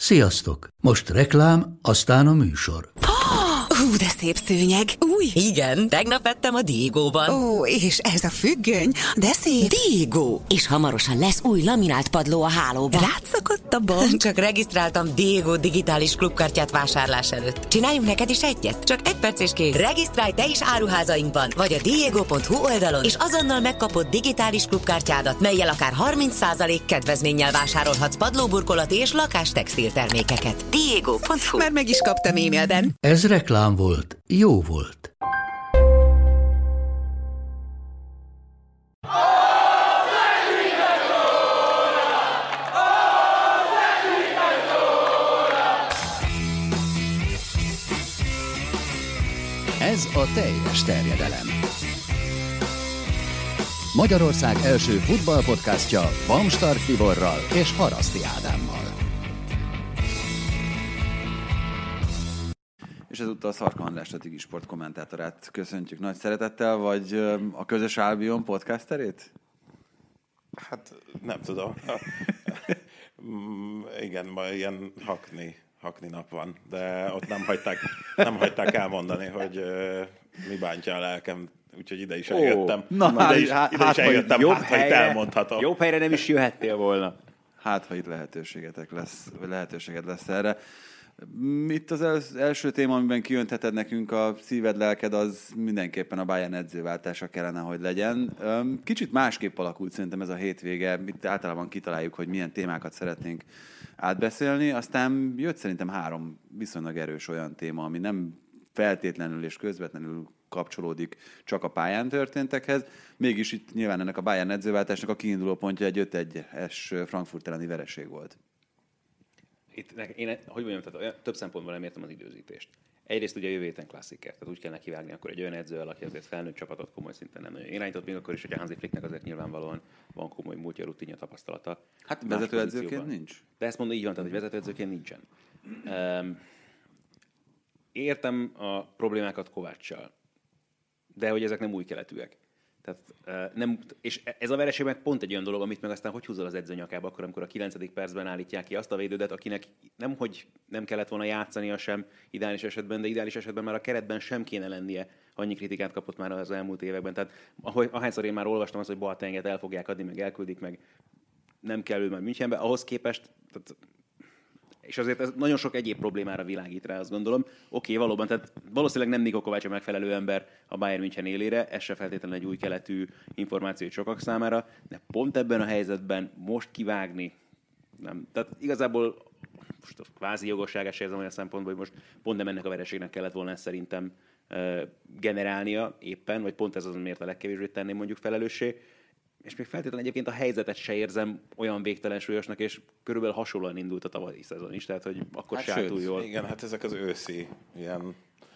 Sziasztok! Most reklám, aztán a műsor. Hú, de szép szőnyeg. Új? Igen, tegnap vettem a Diegóban. Ó, és ez a függöny, de szép. Diegó! És hamarosan lesz új laminált padló a hálóban. Rátszakadt a bank. Csak regisztráltam Diegó digitális klubkártyát vásárlás előtt. Csináljunk neked is egyet? Csak 1 perc és kész. Regisztrálj te is áruházainkban, vagy a diego.hu oldalon, és azonnal megkapod digitális klubkártyádat, mellyel akár 30% kedvezménnyel vásárolhatsz padlóburkolati és lakástextil termékeket. Diego.hu. Már meg is kaptam e-mailben. Ez reklám volt, jó volt. Ez a teljes terjedelem. Magyarország első futballpodcastja Bamstark Tiborral és Haraszti Ádámmal. És ezúttal Szarka András Tigi sport kommentátorát köszöntjük nagy szeretettel, vagy a Közös Albion podcasterét? Hát nem tudom. Igen, ma ilyen hakni nap van, de ott nem hagyták elmondani, hogy mi bántja a lelkem, úgyhogy ide is eljöttem. Ide is eljöttem, hogy elmondhatom. Jobb helyre nem is jöhettél volna. Hát, ha itt lehetőséged lesz erre. Itt az első téma, amiben kiöntheted nekünk a szíved, lelked, az mindenképpen a Bayern edzőváltása kellene, hogy legyen. Kicsit másképp alakult szerintem ez a hétvége. Itt általában kitaláljuk, hogy milyen témákat szeretnénk átbeszélni. Aztán jött szerintem 3 viszonylag erős olyan téma, ami nem feltétlenül és közvetlenül kapcsolódik csak a pályán történtekhez. Mégis itt nyilván ennek a Bayern edzőváltásnak a kiinduló pontja egy 5-1-es Frankfurt elleni vereség volt. Itt én, hogy mondjam, tehát több szempontból nem értem az időzítést. Egyrészt ugye a jövő héten klassziker, tehát úgy kell nekivágni akkor egy olyan edzővel, aki azért felnőtt csapatot komoly szinten nem nagyon irányított, még akkor is, hogy a Hansi Flicknek azért nyilvánvalóan van komoly múltja, rutinja, tapasztalata. Hát vezetőedzőként nincs. De ezt mondom, így van, tehát hogy vezetőedzőként nincsen. Értem a problémákat Kováccsal, de hogy ezek nem új keletűek. Tehát, nem, és ez a vereség meg pont egy olyan dolog, amit meg aztán hogy húzol az edző nyakába, akkor, amikor a 9. percben állítják ki azt a védődet, akinek nem kellett volna játszania sem ideális esetben, de ideális esetben már a keretben sem kéne lennie. Annyi kritikát kapott már az elmúlt években. Tehát ahányszor én már olvastam azt, hogy Boatenget el fogják adni, meg elküldik, meg nem kell ő már Münchenbe, ahhoz képest... Tehát, és azért ez nagyon sok egyéb problémára világít rá, azt gondolom. Oké, valóban, tehát valószínűleg nem Niko Kovács a megfelelő ember a Bayern München élére, ez se feltétlenül egy új keletű információ sokak számára, de pont ebben a helyzetben most kivágni, nem. Tehát igazából most a kvázi jogosságás érzem olyan szempontból, hogy most pont nem ennek a vereségnek kellett volna ezt szerintem generálnia éppen, vagy pont ez az, miért a legkevésbé tenném mondjuk felelőssé. És még feltétlenül egyébként a helyzetet se érzem olyan végtelen súlyosnak, és körülbelül hasonlóan indult a tavalyi szezon is, tehát hogy akkor hát se túl jól. Igen, hát ezek az őszi ilyen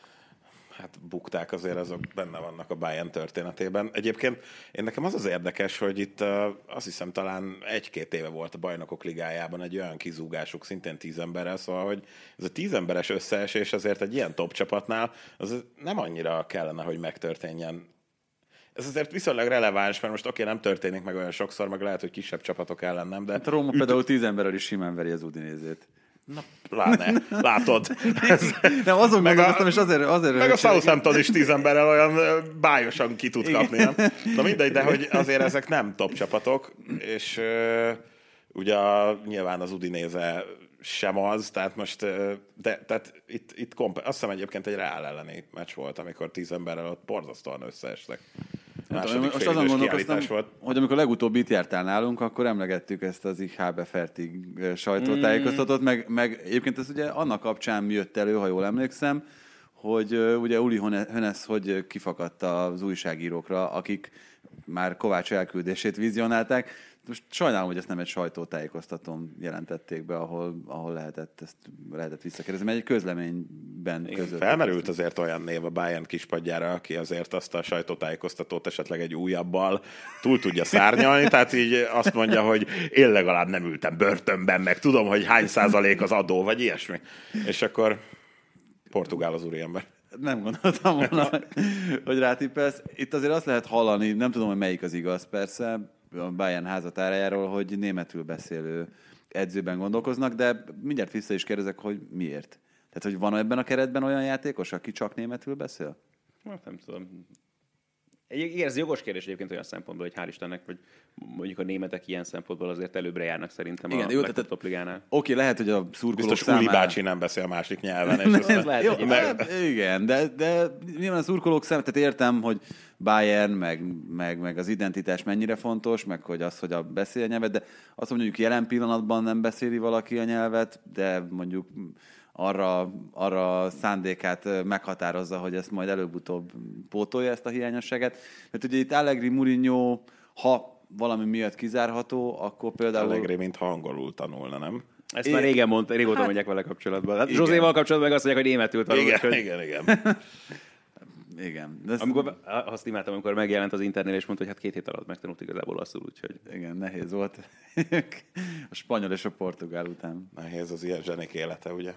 bukták azért azok benne vannak a Bayern történetében. Egyébként nekem az érdekes, hogy itt azt hiszem talán 1-2 éve volt a Bajnokok Ligájában egy olyan kizúgásuk, szintén 10 emberrel, szóval, hogy ez a 10 emberes összeesés azért egy ilyen top csapatnál az nem annyira kellene, hogy megtörténjen. Ez azért viszonylag releváns, mert most nem történik meg olyan sokszor, meg lehet, hogy kisebb csapatok ellen nem, de... Hát Róma például 10 emberrel is simán veri az Udinézét. Na, pláne. Látod. Nem, azon gondolkoztam, és azért... Meg a Southampton is 10 emberrel olyan bályosan ki tud kapni, nem? Na mindegy, de hogy azért ezek nem top csapatok, és ugye nyilván az Udinéze sem az, tehát most, tehát itt azt hiszem egyébként egy Real elleni meccs volt, amikor 10 emberrel ott borzasztóan összeestek. Most azon gondolkoztam, hogy amikor legutóbb itt jártál nálunk, akkor emlegettük ezt az Ich habe fertig sajtótájékoztatót, meg egyébként ez ugye annak kapcsán jött elő, ha jól emlékszem, hogy ugye Uli Hoeneß hogy kifakadt az újságírókra, akik már Kovács elküldését vizionálták. Most sajnálom, hogy ezt nem egy sajtótájékoztatón jelentették be, ahol lehetett visszakérdezni, mert egy közleményben között. Felmerült azért olyan név a Bayern kispadjára, aki azért azt a sajtótájékoztatót esetleg egy újabbal túl tudja szárnyalni, tehát így azt mondja, hogy én legalább nem ültem börtönben, meg tudom, hogy hány százalék az adó, vagy ilyesmi. És akkor portugál az úriember. Nem gondoltam volna, hogy rátippelsz. Itt azért azt lehet hallani, nem tudom, hogy melyik az igaz persze, a Bayern házatárájáról, hogy németül beszélő edzőben gondolkoznak, de mindjárt vissza is kérdezek, hogy miért. Tehát, hogy van ebben a keretben olyan játékos, aki csak németül beszél? Nem tudom. Igen, ez jogos kérdés egyébként olyan szempontból, hogy hál' Istennek, hogy mondjuk a németek ilyen szempontból azért előbbre járnak szerintem a legtöbb top ligánál. Oké, lehet, hogy a szurkolók biztos Uli bácsi nem beszél másik nyelven. És Ez lehet, jó, hogy igen, de nyilván a szurkolók szemben, tehát értem, hogy Bayern, meg az identitás mennyire fontos, meg hogy az, hogy a beszél a nyelvet, de azt mondjuk jelen pillanatban nem beszéli valaki a nyelvet, de mondjuk arra szándékát meghatározza, hogy ezt majd előbb-utóbb pótolja ezt a hiányosságot. Mert ugye itt Allegri, Mourinho, ha valami miatt kizárható, akkor például... Allegri, mintha angolul tanulna, nem? Ezt már régóta mondják vele kapcsolatban. Hát Zsózéval kapcsolatban meg azt mondják, hogy németül tanul. Igen. Igen. Amikor, azt imádtam, amikor megjelent az Internél, és mondta, hogy hát 2 hét alatt megtanult igazából olaszul, úgyhogy... Igen, nehéz volt. A spanyol és a portugál után. Nehéz az ilyen zsenik élete, ugye?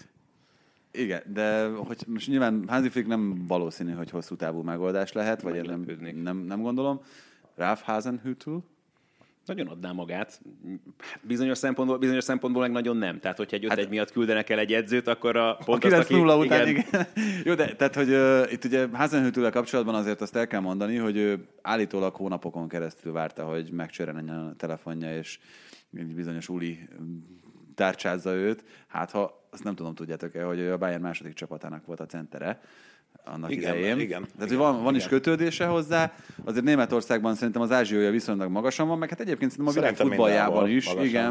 Igen, de hogy most nyilván Hansi nem valószínű, hogy hosszú távú megoldás lehet, vagy nem gondolom. Ralf Hasenhüttl? Nagyon adná magát. Bizonyos szempontból meg nagyon nem. Tehát, hogyha egy 5-1 miatt küldenek el egy edzőt, akkor pont a 9-0 aki... után, igen. Jó, de tehát, hogy itt ugye Hasenhüttl-el kapcsolatban azért azt el kell mondani, hogy ő állítólag hónapokon keresztül várta, hogy megcsörrenjen a telefonja, és egy bizonyos Uli tárcsázza őt. Hát, ha azt nem tudom, tudjátok-e, hogy ő a Bayern második csapatának volt a centere annak idején. Igen. Tehát, hogy van is kötődése hozzá. Azért Németországban szerintem az ázsiója viszonylag magasan van, meg hát egyébként szerintem a világ futballjában is.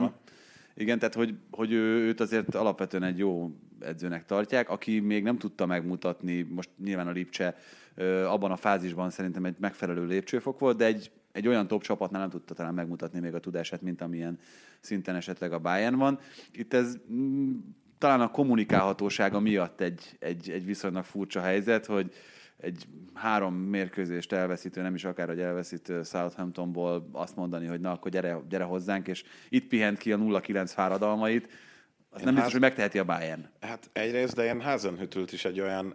Igen, tehát hogy őt azért alapvetően egy jó edzőnek tartják, aki még nem tudta megmutatni, most nyilván a Lipcse abban a fázisban szerintem egy megfelelő lépcsőfok volt, de egy olyan top csapatnál nem tudta talán megmutatni még a tudását, mint amilyen szinten esetleg a Bayern van. Itt ez talán a kommunikálhatósága miatt egy viszonylag furcsa helyzet, hogy egy 3 mérkőzést elveszítő, nem is akár, hogy elveszít Southamptonból azt mondani, hogy na, akkor gyere hozzánk, és itt pihent ki a 0-9 fáradalmait, az nem biztos, hogy megteheti a Bayern. Hát egyrészt, de én Hasenhüttlt is egy olyan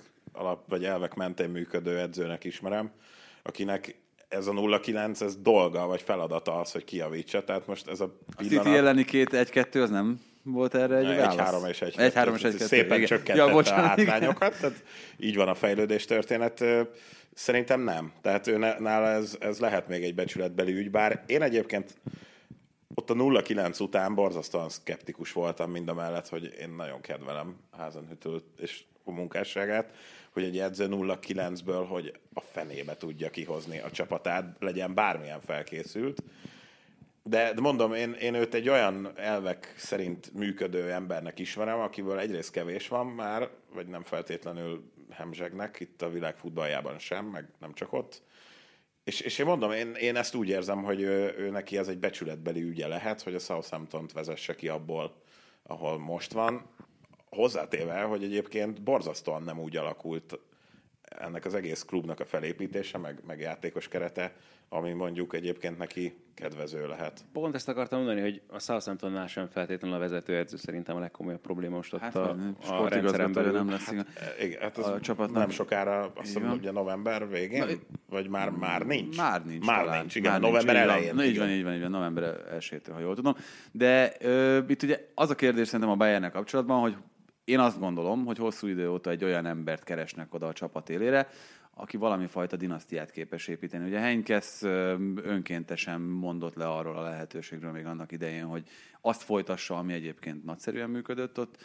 elvek mentén működő edzőnek ismerem, akinek ez a 0-9, ez dolga, vagy feladata az, hogy kijavítsa. Tehát most ez a pillanat... A City elleni 1-2 az nem volt erre egy válasz? 1-3 és 1-2. 1-3 és 1-2. Szépen csökkentette a hátrányokat, tehát így van a fejlődés történet. Szerintem nem. Tehát nála ez lehet még egy becsületbeli ügy, bár én egyébként ott a 0-9 után borzasztóan szkeptikus voltam mindamellett, hogy én nagyon kedvelem Hasenhüttlt és a munkásságát, hogy egy edző 0-9-ből, hogy a fenébe tudja kihozni a csapatát, legyen bármilyen felkészült. De mondom, én őt egy olyan elvek szerint működő embernek ismerem, akiből egyrészt kevés van már, vagy nem feltétlenül hemzsegnek, itt a világ futballjában sem, meg nem csak ott. És én mondom, én ezt úgy érzem, hogy ő neki ez egy becsületbeli ügye lehet, hogy a Southamptont vezesse ki abból, ahol most van. Hozzátéve, hogy egyébként borzasztóan nem úgy alakult ennek az egész klubnak a felépítése, meg játékos kerete, ami mondjuk egyébként neki kedvező lehet. Pont ezt akartam mondani, hogy a Southamptonnál sem feltétlenül a vezetőedző szerintem a legkomolyabb probléma most ott a rendszeren belül. Nem lesz. Hát a csapatnak nem sokára, azt hiszem, hogy a november végén, vagy már nincs? Már nincs. Már nincs, igen, november elején. Így van, november 1-től, ha jól tudom. De itt ugye az a kérdés szerintem a Bayernnel kapcsolatban, hogy én azt gondolom, hogy hosszú idő óta egy olyan embert keresnek oda a csapat élére, aki valami fajta dinasztiát képes építeni. Ugye Heinkes önkéntesen mondott le arról a lehetőségről még annak idején, hogy azt folytassa, ami egyébként nagyszerűen működött ott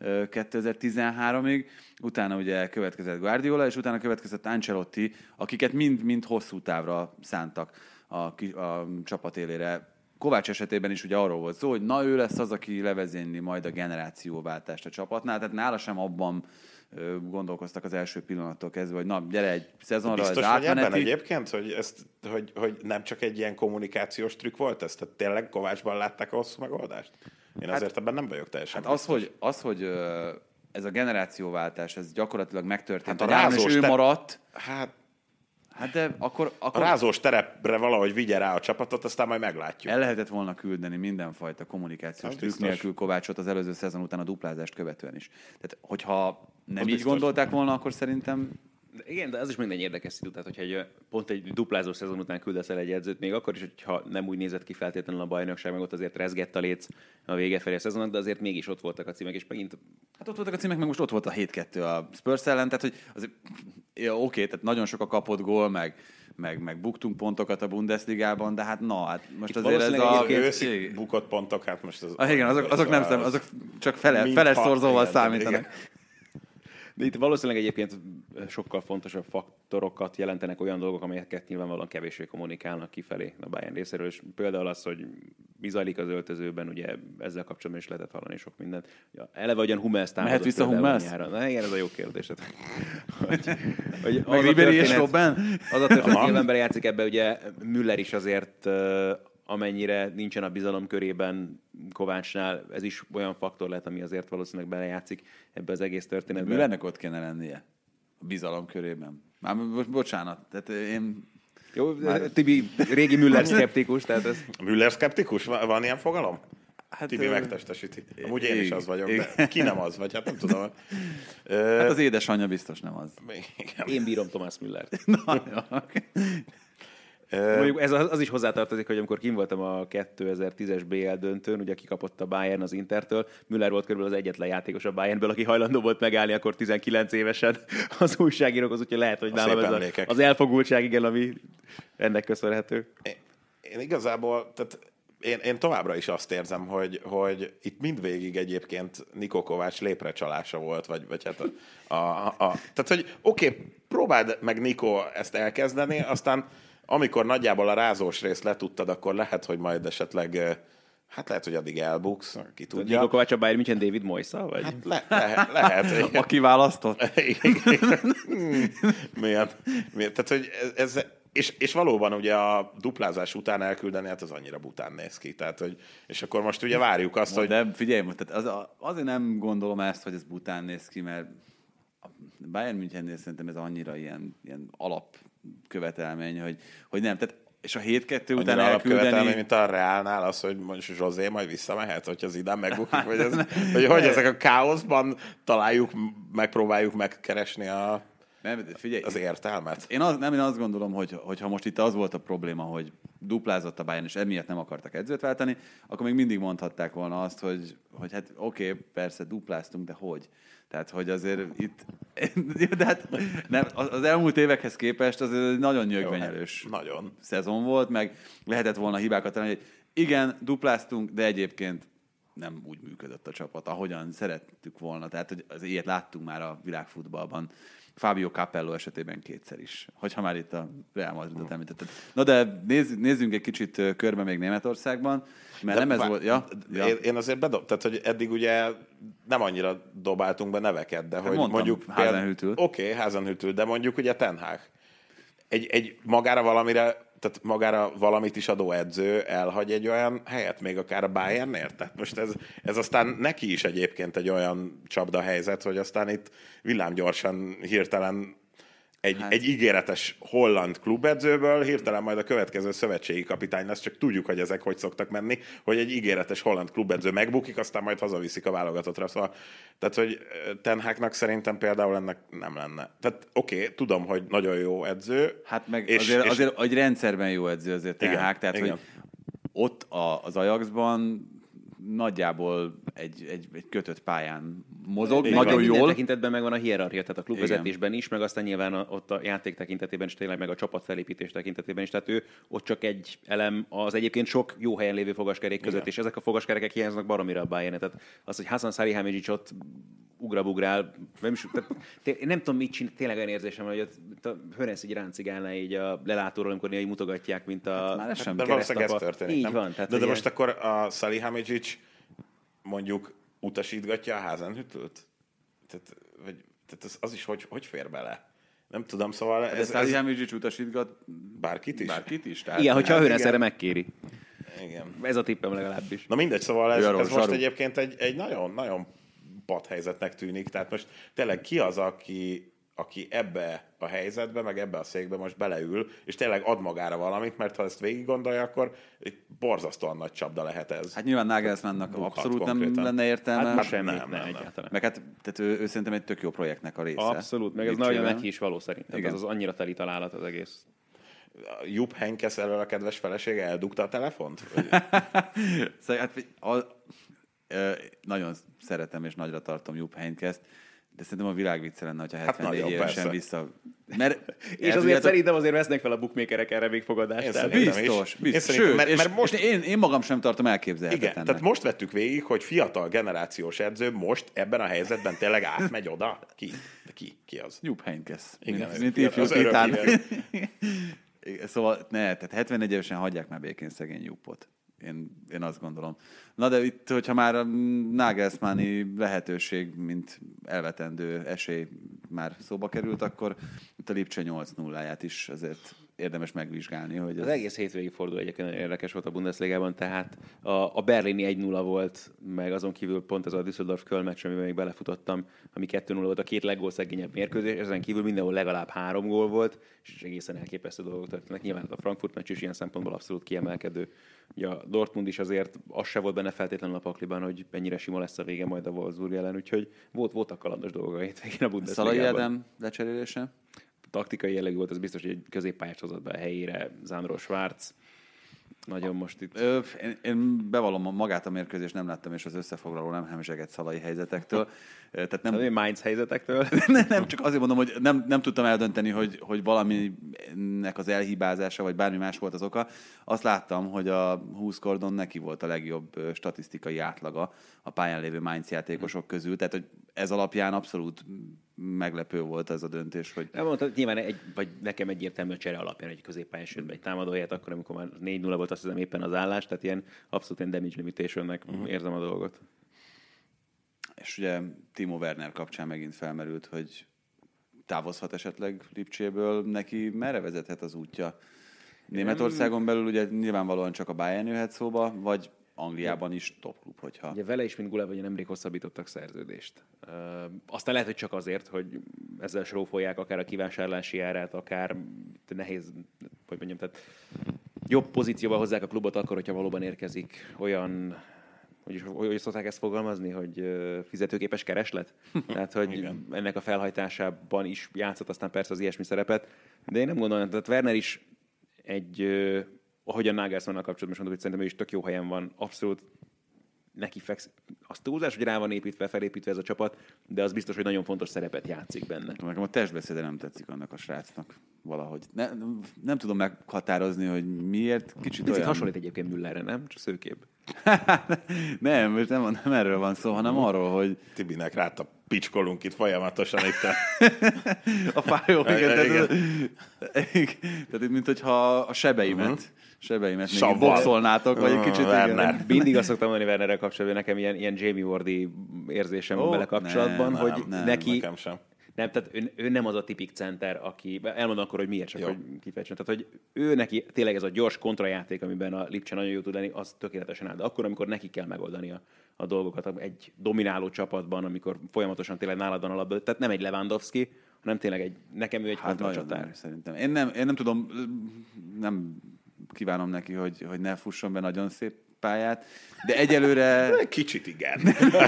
2013-ig. Utána ugye következett Guardiola, és utána következett Ancelotti, akiket mind hosszú távra szántak a csapat élére. Kovács esetében is ugye arról volt szó, hogy na ő lesz az, aki levezényli majd a generációváltást a csapatnál, tehát nála sem abban gondolkoztak az első pillanattól kezdve, hogy na, gyere egy szezonra, biztos ez átmeneti. Biztos vagy ebben egyébként, hogy nem csak egy ilyen kommunikációs trükk volt ez? Tehát tényleg Kovácsban látták a hosszú megoldást? Én azért ebben nem vagyok teljesen. Hát hogy ez a generációváltás, ez gyakorlatilag megtörtént. Hát a nyáron, és ő maradt. Hát de akkor... A rázós terepre valahogy vigye rá a csapatot, aztán majd meglátjuk. El lehetett volna küldeni mindenfajta kommunikációs trükk nélkül Kovácsot az előző szezon után a duplázást követően is. Tehát, hogyha nem így gondolták volna, akkor szerintem Igen, de az is minden érdekes szitu, tehát hogyha pont egy duplázó szezon után küldesz el egy edzőt, még akkor is, hogyha nem úgy nézett ki feltétlenül a bajnokság, meg ott azért rezgett a léc a vége felé a szezonnak, de azért mégis ott voltak a címek, és megint... Hát ott voltak a címek, meg most ott volt a 7-2 a Spurs ellen, tehát hogy azért, oké, tehát nagyon sok a kapott gól, meg buktunk pontokat a Bundesligában, de hát hát most Itt azért ez a... Őszi bukott pontok, hát most az... Igen, azok nem szem, azok csak feles szorzóval számítanak. Igen. De itt valószínűleg egyébként sokkal fontosabb faktorokat jelentenek olyan dolgok, amelyeket nyilvánvalóan kevéssé kommunikálnak kifelé a Bayern részéről, és például az, hogy mi zajlik az öltözőben, ugye ezzel kapcsolatban is lehetett hallani sok mindent. Ja, eleve ugyan Hummels támadott. Mehet vissza Hummels? Na igen, ez a jó kérdés. Meg Ribéry és Robben? Az a történet nyilván játszik ebbe, ugye Müller is azért, amennyire nincsen a bizalom körében Kovácsnál, ez is olyan faktor lehet, ami azért valószínűleg belejátszik ebbe az egész történetbe. Müllernek ott kéne lennie a bizalom körében. Már bocsánat, tehát én... Jó, Tibi régi Müller szkeptikus, tehát ez... Müller szkeptikus? Van ilyen fogalom? Hát, Tibi megtestesíti. Amúgy én is az vagyok, de ki nem az, vagy hát nem tudom. Hát az édesanyja biztos nem az. Igen. Én bírom Thomas Müllert. Na, jó. Mondjuk ez az is hozzátartozik, hogy amikor kim voltam a 2010-es BL döntőn, ugye kikapott a Bayern az Intertől, Müller volt körülbelül az egyetlen játékos a Bayernből, aki hajlandó volt megállni akkor 19 évesen az újságírókhoz, úgyhogy lehet, hogy nálam ez az elfogultság, igen, ami ennek köszönhető. Én igazából, tehát én továbbra is azt érzem, hogy itt mindvégig egyébként Niko Kovács léprecsalása volt, vagy hát tehát, hogy oké, próbáld meg Niko ezt elkezdeni, aztán amikor nagyjából a rázós részt letudtad, akkor lehet, hogy majd esetleg, hát lehet, hogy addig elbuksz, ki tudja. Niko Kovács a Bayern München David Moysa, vagy? Hát lehet. Aki választott? Miért? Tehát, hogy ez és valóban ugye a duplázás után elküldeni, hát az annyira bután néz ki. Tehát, hogy, és akkor most ugye várjuk azt, hogy... De figyelj, tehát azért nem gondolom ezt, hogy ez bután néz ki, mert a Bayern Münchennél szerintem ez annyira ilyen alapkövetelmény, hogy nem. Tehát, és a 7-2 után elküldeni... mint a Reálnál az, hogy mondjuk José majd visszamehet, hogyha Zidane megbukik, hogy ezek a káoszban megpróbáljuk megkeresni az értelmet. Én azt gondolom, hogy ha most itt az volt a probléma, hogy duplázott a Bayern, és emiatt nem akartak edzőt váltani, akkor még mindig mondhatták volna azt, hogy hát oké, persze dupláztunk, de hogy? Tehát, hogy azért itt... De hát nem, az elmúlt évekhez képest az egy nagyon nyögvenyelős szezon volt, meg lehetett volna hibákat tenni, hogy igen, dupláztunk, de egyébként nem úgy működött a csapat, ahogyan szerettük volna. Tehát, hogy az ilyet láttunk már a világfutballban. Fabio Capello esetében kétszer is, hogyha már itt a Real Madridot említetted. Na de nézzünk egy kicsit körbe még Németországban, mert nem ez volt... Ja. Én azért tehát, hogy eddig ugye nem annyira dobáltunk be neveket, de hogy mondjuk... Hasenhüttl. Oké, Hasenhüttl, de mondjuk ugye Ten Hag. Egy magára valamit is adó edző elhagy egy olyan helyet, még akár a Bayernnél. Tehát most ez aztán neki is egyébként egy olyan csapdahelyzet, hogy aztán itt villámgyorsan hirtelen egy ígéretes holland klubedzőből hirtelen majd a következő szövetségi kapitány lesz, csak tudjuk, hogy ezek hogy szoktak menni, hogy egy ígéretes holland klubedző megbukik, aztán majd hazaviszik a válogatottra. Szóval, tehát, hogy Ten Hagnak szerintem például ennek nem lenne. Tehát oké, tudom, hogy nagyon jó edző. Hát meg azért egy rendszerben jó edző azért Ten Hag, tehát hogy ott az Ajaxban nagyjából egy kötött pályán mozog, Igen, nagyon jól. Minden tekintetben megvan a hierarchia, tehát a klubvezetésben is, meg aztán nyilván ott a játék tekintetében is, tényleg meg a csapatfelépítés tekintetében is, tehát ő ott csak egy elem az egyébként sok jó helyen lévő fogaskerék között, igen. És ezek a fogaskerekek hiányoznak baromira a Bayern. Tehát az, hogy Hasan Salihamidzic ott ugrabugrál, nem tudom, mit csinál, tényleg olyan érzésem, hogy a Hönes így ráncigálná így a lelátóról, amikor néha mutogatják, mint a de valószínűleg ez történik. Így van. Tehát de most akkor a Salihamidzic mondjuk utasítgatja a Hasenhüttlt? Tehát az is hogy fér bele? Nem tudom, szóval... Ez Salihamidzic utasítgat bárkit is? Bárkit is? Igen, hogyha a Hönes erre megkéri. Igen. Ez a tippem legalábbis. Na mindegy, szóval ez most egyébként egy nagyon, nagyon padhelyzetnek tűnik. Tehát most tényleg ki az, aki ebbe a helyzetbe, meg ebbe a székbe most beleül, és tényleg ad magára valamit, mert ha ezt végig gondolja, akkor egy borzasztóan nagy csapda lehet ez. Hát nyilván Nagelsmannnak abszolút konkrétan. nem lenne értelme. Hát semmi, nem. egyáltalán. Meg hát tehát ő szerintem egy tök jó projektnek a része. Abszolút, meg ez Lipcsével. nagyon neki is való szerintem. Igen. Ez az annyira teli találat az egész. Jupp Heynckes elől a kedves felesége eldugta a telefont? Szóval, hát, nagyon szeretem és nagyra tartom Jupp Heynckest, de szerintem a világ vicce lenne, hogyha 74 nagyon, évesen persze. vissza... Mert És azért szerintem azért vesznek fel a bookmakerek erre még fogadást. Én Tehát- szerintem biztos. Én szerintem, Sőt, mert most... én magam sem tartom elképzelhetetlennek. Igen, tehát most vettük végig, hogy fiatal generációs edző most ebben a helyzetben tényleg átmegy oda. Ki az? Jupp Heynckes. Igen, mint az ifjú örök titán. híres. Szóval tehát 74 évesen hagyják már békén szegény Juppot. Én azt gondolom. Na de itt, hogyha már a Nagelsmanni lehetőség, mint elvetendő esély már szóba került, akkor itt a Lipcse 8-0-ját is azért érdemes megvizsgálni. Hogy Az egész hétvégi forduló egyébként érdekes volt a Bundesligában, tehát a berlini 1-0 volt, meg azon kívül pont ez a Düsseldorf-Köln meccs, amiben még belefutottam, ami 2-0 volt, a két leggólszegényebb mérkőzés, ezen kívül mindenhol legalább 3 gól volt, és egészen elképesztő dolgok történnek. Nyilván a Frankfurt meccs is ilyen szempontból abszolút kiemelkedő. Ugye a Dortmund is azért az se volt benne feltétlenül a pakliban, hogy mennyire sima lesz a vége majd a Wolfsburg ellen, úgyhogy voltak kalandos dolgok a hétvégén a Bundesligában. Szalai Ádám lecserélése? Taktikai jellegű volt, az biztos, hogy egy középpályást hozott be a helyére, Zandro Schwarz. Nagyon most itt... Én bevallom, magát a mérkőzést nem láttam, és az összefoglaló nem hemzseget Szalai helyzetektől. Tehát nem... Mainz helyzetektől. Nem, csak azért mondom, hogy nem tudtam eldönteni, hogy valaminek az elhibázása, vagy bármi más volt az oka. Azt láttam, hogy a 20 kordon neki volt a legjobb statisztikai átlaga a pályán lévő Mainz játékosok közül. Tehát, hogy ez alapján abszolút meglepő volt ez a döntés, hogy... Nem mondta, nyilván vagy nekem egyértelmű a csere alapján egy középpályás jött be egy támadó helyet, akkor amikor már 4-0 volt, azt hiszem éppen az állás, tehát ilyen abszolút ilyen damage limitationnek érzem a dolgot. És ugye Timo Werner kapcsán megint felmerült, hogy távozhat esetleg Lipcséből, neki merre vezethet az útja? Németországon belül ugye nyilvánvalóan csak a Bayern jöhet szóba, vagy Angliában is top klub, hogyha... Ugye vele is, mint Gulában, ugye nemrég hosszabbítottak szerződést. Aztán lehet, hogy csak azért, hogy ezzel srófolják akár a kivásárlási árát, akár nehéz, hogy mondjam, tehát jobb pozícióba hozzák a klubot akkor, hogyha valóban érkezik olyan, hogy szokták ezt fogalmazni, hogy fizetőképes kereslet? Tehát, hogy ennek a felhajtásában is játszott aztán persze az ilyesmi szerepet. De én nem gondolom, tehát Werner is ahogy a Nagelsmannnal kapcsolatban is mondom, hogy szerintem ő is tök jó helyen van, abszolút neki fekszik. Az túlzás, hogy rá van építve, felépítve ez a csapat, de az biztos, hogy nagyon fontos szerepet játszik benne. Nekem a testbeszéde nem tetszik annak a srácnak valahogy. Nem tudom meghatározni, hogy miért. Kicsit olyan... hasonlít egyébként Müllerre, nem? Csak szőkébb. Nem, most nem erről van szó, hanem arról, hogy... Tibinek ráta picskolunk itt folyamatosan itt a fájó, igen. Tehát itt, mint hogyha a sebeimet még boxolnátok, vagy egy kicsit... Werner. Mindig azt szoktam mondani Wernerrel kapcsolatban, nekem ilyen Jamie Wardy érzésem van vele kapcsolatban, hogy neki... Nekem sem. Nem, tehát ő nem az a tipik center, aki... Elmondom akkor, hogy miért, csak hogy kifejtsem. Tehát, hogy ő neki tényleg ez a gyors kontrajáték, amiben a Lipcse nagyon jó tud lenni, az tökéletesen áll. De akkor, amikor neki kell megoldani a dolgokat egy domináló csapatban, amikor folyamatosan tényleg nálad van a labda, tehát nem egy Lewandowski, hanem tényleg nekem ő egy kontracsatár. Szerintem. Én nem tudom, nem kívánom neki, hogy ne fusson be nagyon szép pályát, de egyelőre... Kicsit igen.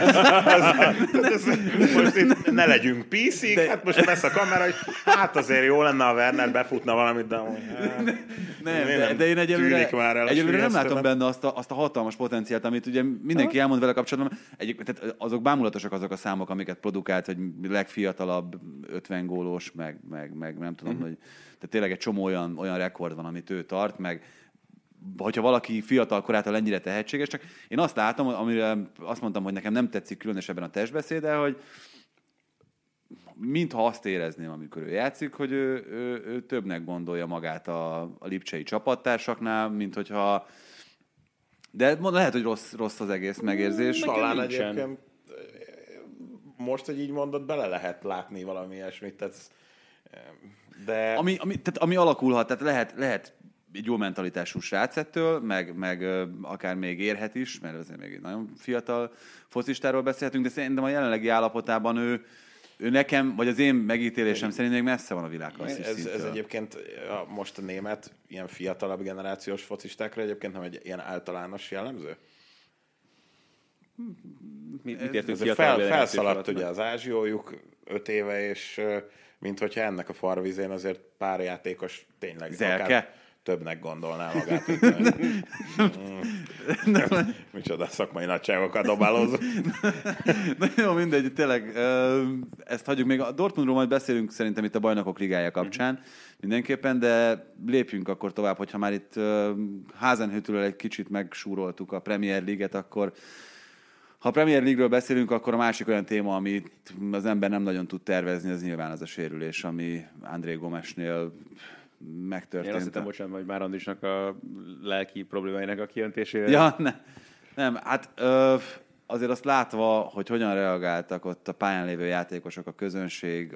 Most itt ne legyünk PC-k, hát most lesz a kamera, hogy hát azért jó lenne, a Werner befutna valamit, de de én egyelőre nem látom tőle. benne azt a hatalmas potenciált, amit ugye mindenki elmond vele kapcsolatban. Tehát azok bámulatosak azok a számok, amiket produkált, hogy legfiatalabb 50 gólós, meg nem tudom, hogy tehát tényleg egy csomó olyan rekord van, amit ő tart, meg hogyha valaki fiatal korától ennyire tehetséges, csak én azt látom, amire azt mondtam, hogy nekem nem tetszik különösebben a testbeszéde, hogy mintha azt érezném, amikor ő játszik, hogy ő többnek gondolja magát a lipcsei csapattársaknál, mint hogyha... De lehet, hogy rossz az egész megérzés. Talán egyébként most, hogy így mondod, bele lehet látni valami ilyesmit. De... Ami alakulhat, tehát lehet egy jó mentalitású srác ettől, meg akár még érhet is, mert azért még egy nagyon fiatal focistáról beszélhetünk, de szerintem a jelenlegi állapotában ő ő nekem, vagy az én megítélésem szerint még messze van a világklasszis ez egyébként most a német, ilyen fiatalabb generációs focistákra egyébként nem egy ilyen általános jellemző? Mit értünk fiatalabb felszaladt ugye az ázsiójuk 5 éve, és mint hogyha ennek a farvizén azért pár játékos tényleg akár többnek gondolná magát. Micsoda szakmai nagyságokat dobálózunk. Na jó, mindegy, tényleg ezt hagyjuk még. A Dortmundról majd beszélünk szerintem itt a Bajnokok Ligája kapcsán mindenképpen, de lépjünk akkor tovább, hogyha már itt Hasenhüttlől egy kicsit megsúroltuk a Premier League-et, akkor ha a Premier League-ről beszélünk, akkor a másik olyan téma, amit az ember nem nagyon tud tervezni, az nyilván az a sérülés, ami André Gomesnél megtörtént. Én azt hittem, bocsánat, hogy már Andrisnak a lelki problémáinak a kijöntésére. Ja, nem, hát azért azt látva, hogy hogyan reagáltak ott a pályán lévő játékosok, a közönség,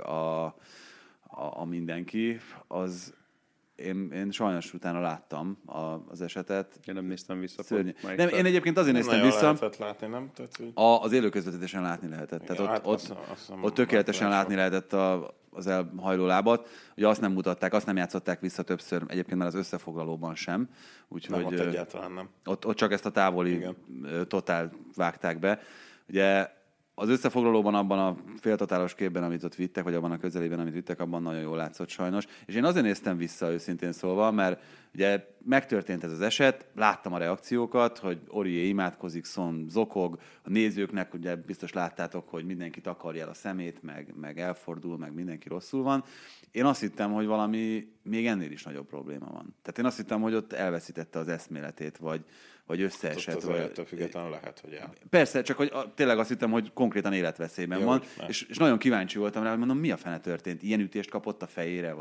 a mindenki, az én sajnos utána láttam az esetet. Én nem néztem vissza. Nem, én egyébként azért néztem vissza. Látni, nem? Az élőközvetítésen látni lehetett. Tehát ott tökéletesen látni lehetett az elhajló lábat. Ugye azt nem mutatták, azt nem játszották vissza többször, egyébként már az összefoglalóban sem. Úgyhogy ott egyáltalán nem. Ott csak ezt a távoli totál vágták be. Ugye az összefoglalóban, abban a féltotálos képben, amit ott vittek, vagy abban a közelében, amit vittek, abban nagyon jól látszott sajnos. És én azért néztem vissza őszintén szólva, mert ugye megtörtént ez az eset, láttam a reakciókat, hogy Aurier imádkozik, Son zokog, a nézőknek ugye biztos láttátok, hogy mindenki takarja el a szemét, meg elfordul, meg mindenki rosszul van. Én azt hittem, hogy valami még ennél is nagyobb probléma van. Tehát én azt hittem, hogy ott elveszítette az eszméletét, vagy összeesett. Azt attól függetlenül lehet, hogy Persze, csak hogy tényleg azt hittem, hogy konkrétan életveszélyben van, és nagyon kíváncsi voltam rá, hogy mondom, mi a fene történt? Ilyen ütést kapott a fejére,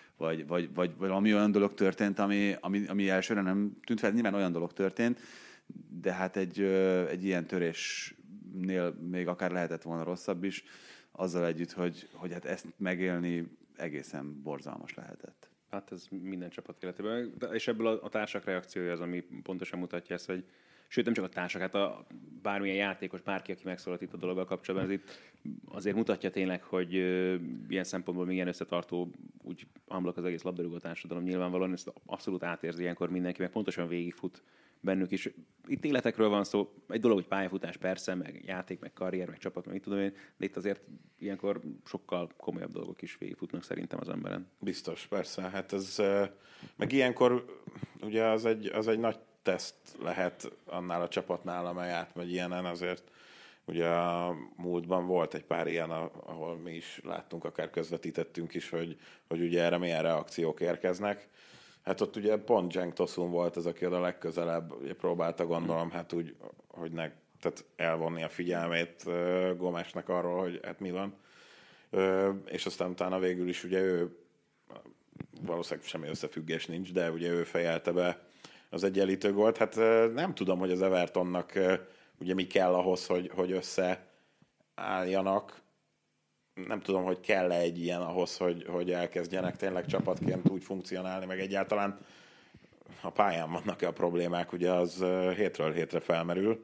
vagy valami olyan dolog történt, ami elsőre nem tűnt fel. Nyilván olyan dolog történt, de hát egy ilyen törésnél még akár lehetett volna rosszabb is, azzal együtt, hogy hát ezt megélni egészen borzalmas lehetett. Hát ez minden csapat életében. És ebből a társak reakciója az, ami pontosan mutatja ezt, hogy sőt, nem csak a társak, hát bármilyen játékos, bárki, aki megszólalt itt a dologgal kapcsolatban, ez itt azért mutatja tényleg, hogy ilyen szempontból még ilyen összetartó, úgy hamlak az egész labdarúgó társadalom nyilvánvalóan, ezt abszolút átérzi ilyenkor mindenki, meg pontosan végigfut bennük is. Itt életekről van szó, egy dolog, hogy pályafutás persze, meg játék, meg karrier, meg csapat, meg mit tudom én, de itt azért ilyenkor sokkal komolyabb dolgok is végigfutnak szerintem az emberen. Biztos, persze. Hát ez, meg ilyenkor ugye az egy nagy teszt lehet annál a csapatnál, amely átmegy ilyenen, azért ugye a múltban volt egy pár ilyen, ahol mi is láttunk, akár közvetítettünk is, hogy ugye erre milyen reakciók érkeznek. Hát ott ugye pont Cenk Tosun volt az, aki oda legközelebb ugye próbálta, gondolom, hát úgy, hogy tehát elvonni a figyelmét Gomesnek arról, hogy hát mi van. És aztán utána végül is ugye ő, valószínűleg semmi összefüggés nincs, de ugye ő fejelte be az egyenlítő gólt. Hát nem tudom, hogy az Evertonnak ugye mi kell ahhoz, hogy összeálljanak. Nem tudom, hogy kell-e egy ilyen ahhoz, hogy elkezdjenek tényleg csapatként úgy funkcionálni, meg egyáltalán a pályán vannak-e a problémák, ugye az hétről hétre felmerül.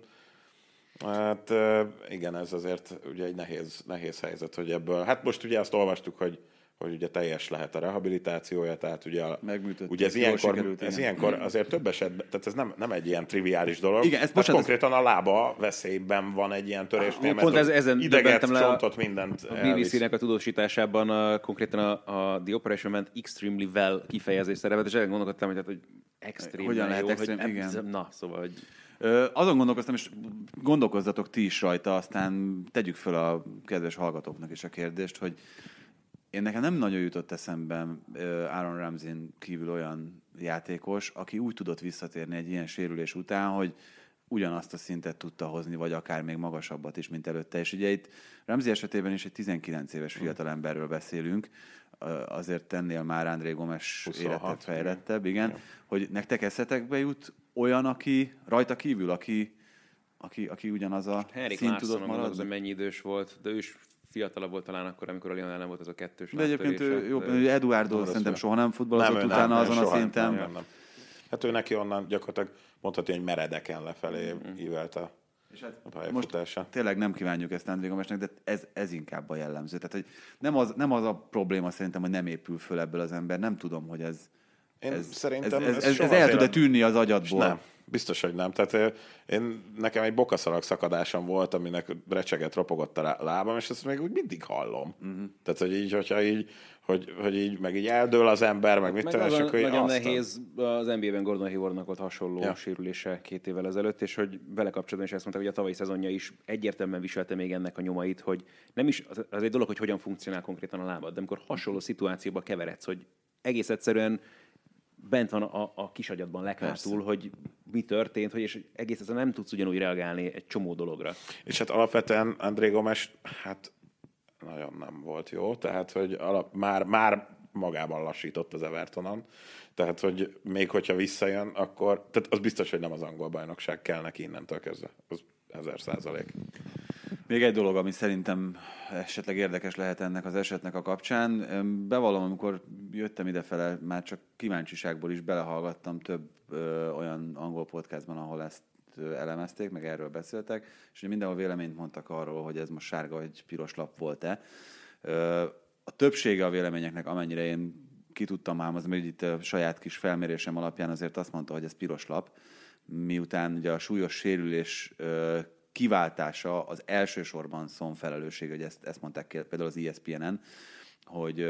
Hát igen, ez azért ugye egy nehéz helyzet, hogy ebből... Hát most ugye azt olvastuk, hogy ugye teljes lehet a rehabilitációja, tehát ugye ez ilyenkor azért több esetben, tehát ez nem egy ilyen triviális dolog. Igen, ez konkrétan a lába veszélyben van egy ilyen törésnél, mert ezen ideget, csontot, mindent a BBC-nek a tudósításában konkrétan a The Operation Went Extremely Well kifejezés szerepet, és ezen gondolkodtam, hogy extrém. Hogyan lehet extrém, igen. Na, szóval, hogy... Azon gondolkoztam, és gondolkozzatok ti is rajta, aztán tegyük föl a kedves hallgatóknak is a kérdést, hogy nekem nem nagyon jutott eszembe Aaron Ramsey-n kívül olyan játékos, aki úgy tudott visszatérni egy ilyen sérülés után, hogy ugyanazt a szintet tudta hozni, vagy akár még magasabbat is, mint előtte. És ugye itt Ramsey esetében is egy 19 éves fiatalemberről beszélünk, azért ennél már André Gomes életet fejlettebb, igen. Hogy nektek eszetekbe jut olyan, aki rajta kívül, aki ugyanaz a szint tudott maradni? Hogy mennyi idős volt, de ő is fiatalabb volt talán akkor, amikor a Lyon ellen volt az a kettős. De egyébként Eduardo szerintem soha nem futballozott utána azon a szinten. Nem. Hát ő neki onnan gyakorlatilag mondhatja, hogy meredeken lefelé ívelte És hát a pályafutása. most tényleg nem kívánjuk ezt André Gomesnek, de ez inkább a jellemző. Tehát, hogy nem az a probléma szerintem, hogy nem épül föl ebből az ember. Nem tudom, hogy szerintem ez el tud-e tűnni az agyadból. Nem, biztos, hogy nem. Tehát nekem egy bokaszalag szakadásom volt, aminek recseget, ropogott a lábam, és ezt még úgy mindig hallom. Tehát, hogy így, hogyha így, hogy így, meg így eldől az ember, meg mit tudom, és akkor nagyon nehéz, az NBA-ben Gordon Haywardnak volt hasonló sérülése 2 évvel ezelőtt, és hogy vele kapcsolatban is ezt mondta, hogy a tavalyi szezonja is egyértelműen viselte még ennek a nyomait, hogy nem is, az egy dolog, hogy hogyan funkcionál konkrétan a lábad, de amikor hasonló szituációba keveredsz, hogy egész egyszerűen bent van a kisagyadban leghátul, hogy mi történt, hogy és egész egyszerűen nem tudsz ugyanúgy reagálni egy csomó dologra. És hát alapvetően André Gomes, hát nagyon nem volt jó, tehát hogy már magában lassított az Evertonon, tehát hogy még hogyha visszajön, akkor, tehát az biztos, hogy nem az angol bajnokság kell neki innentől kezdve, az 1000%. Még egy dolog, ami szerintem esetleg érdekes lehet ennek az esetnek a kapcsán. Bevallom, amikor jöttem idefele, már csak kíváncsiságból is belehallgattam több olyan angol podcastban, ahol ezt elemezték, meg erről beszéltek, és mindenhol véleményt mondtak arról, hogy ez most sárga vagy piros lap volt-e. A többsége a véleményeknek, amennyire én ki tudtam álmozni, mert itt a saját kis felmérésem alapján azért azt mondta, hogy ez piros lap, miután ugye a súlyos sérülés kiváltása az elsősorban Son felelősség, hogy ezt mondták például az ESPN-en, hogy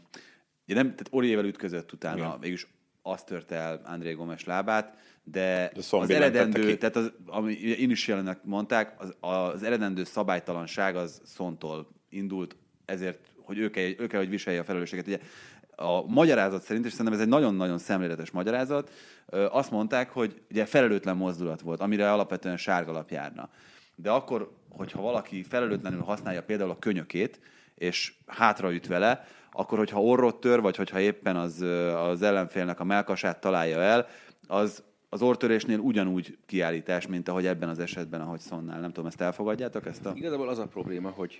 tehát Oriével ütközött utána, végülis azt törte el André Gomes lábát, de az eredendő, tehát ami initialnek mondták, az eredendő szabálytalanság az Sontól indult, ezért, hogy ő kell, hogy viselje a felelősséget. Ugye a magyarázat szerint, és szerintem ez egy nagyon-nagyon szemléletes magyarázat, azt mondták, hogy ugye felelőtlen mozdulat volt, amire alapvetően sárgalap járna. De akkor, hogyha valaki felelőtlenül használja például a könyökét, és hátraüt vele, akkor, hogyha orrot tör, vagy hogyha éppen az ellenfélnek a mellkasát találja el, az orrtörésnél ugyanúgy kiállítás, mint ahogy ebben az esetben, ahogy Sonnál. Nem tudom, ezt elfogadjátok? Igazából az a probléma, hogy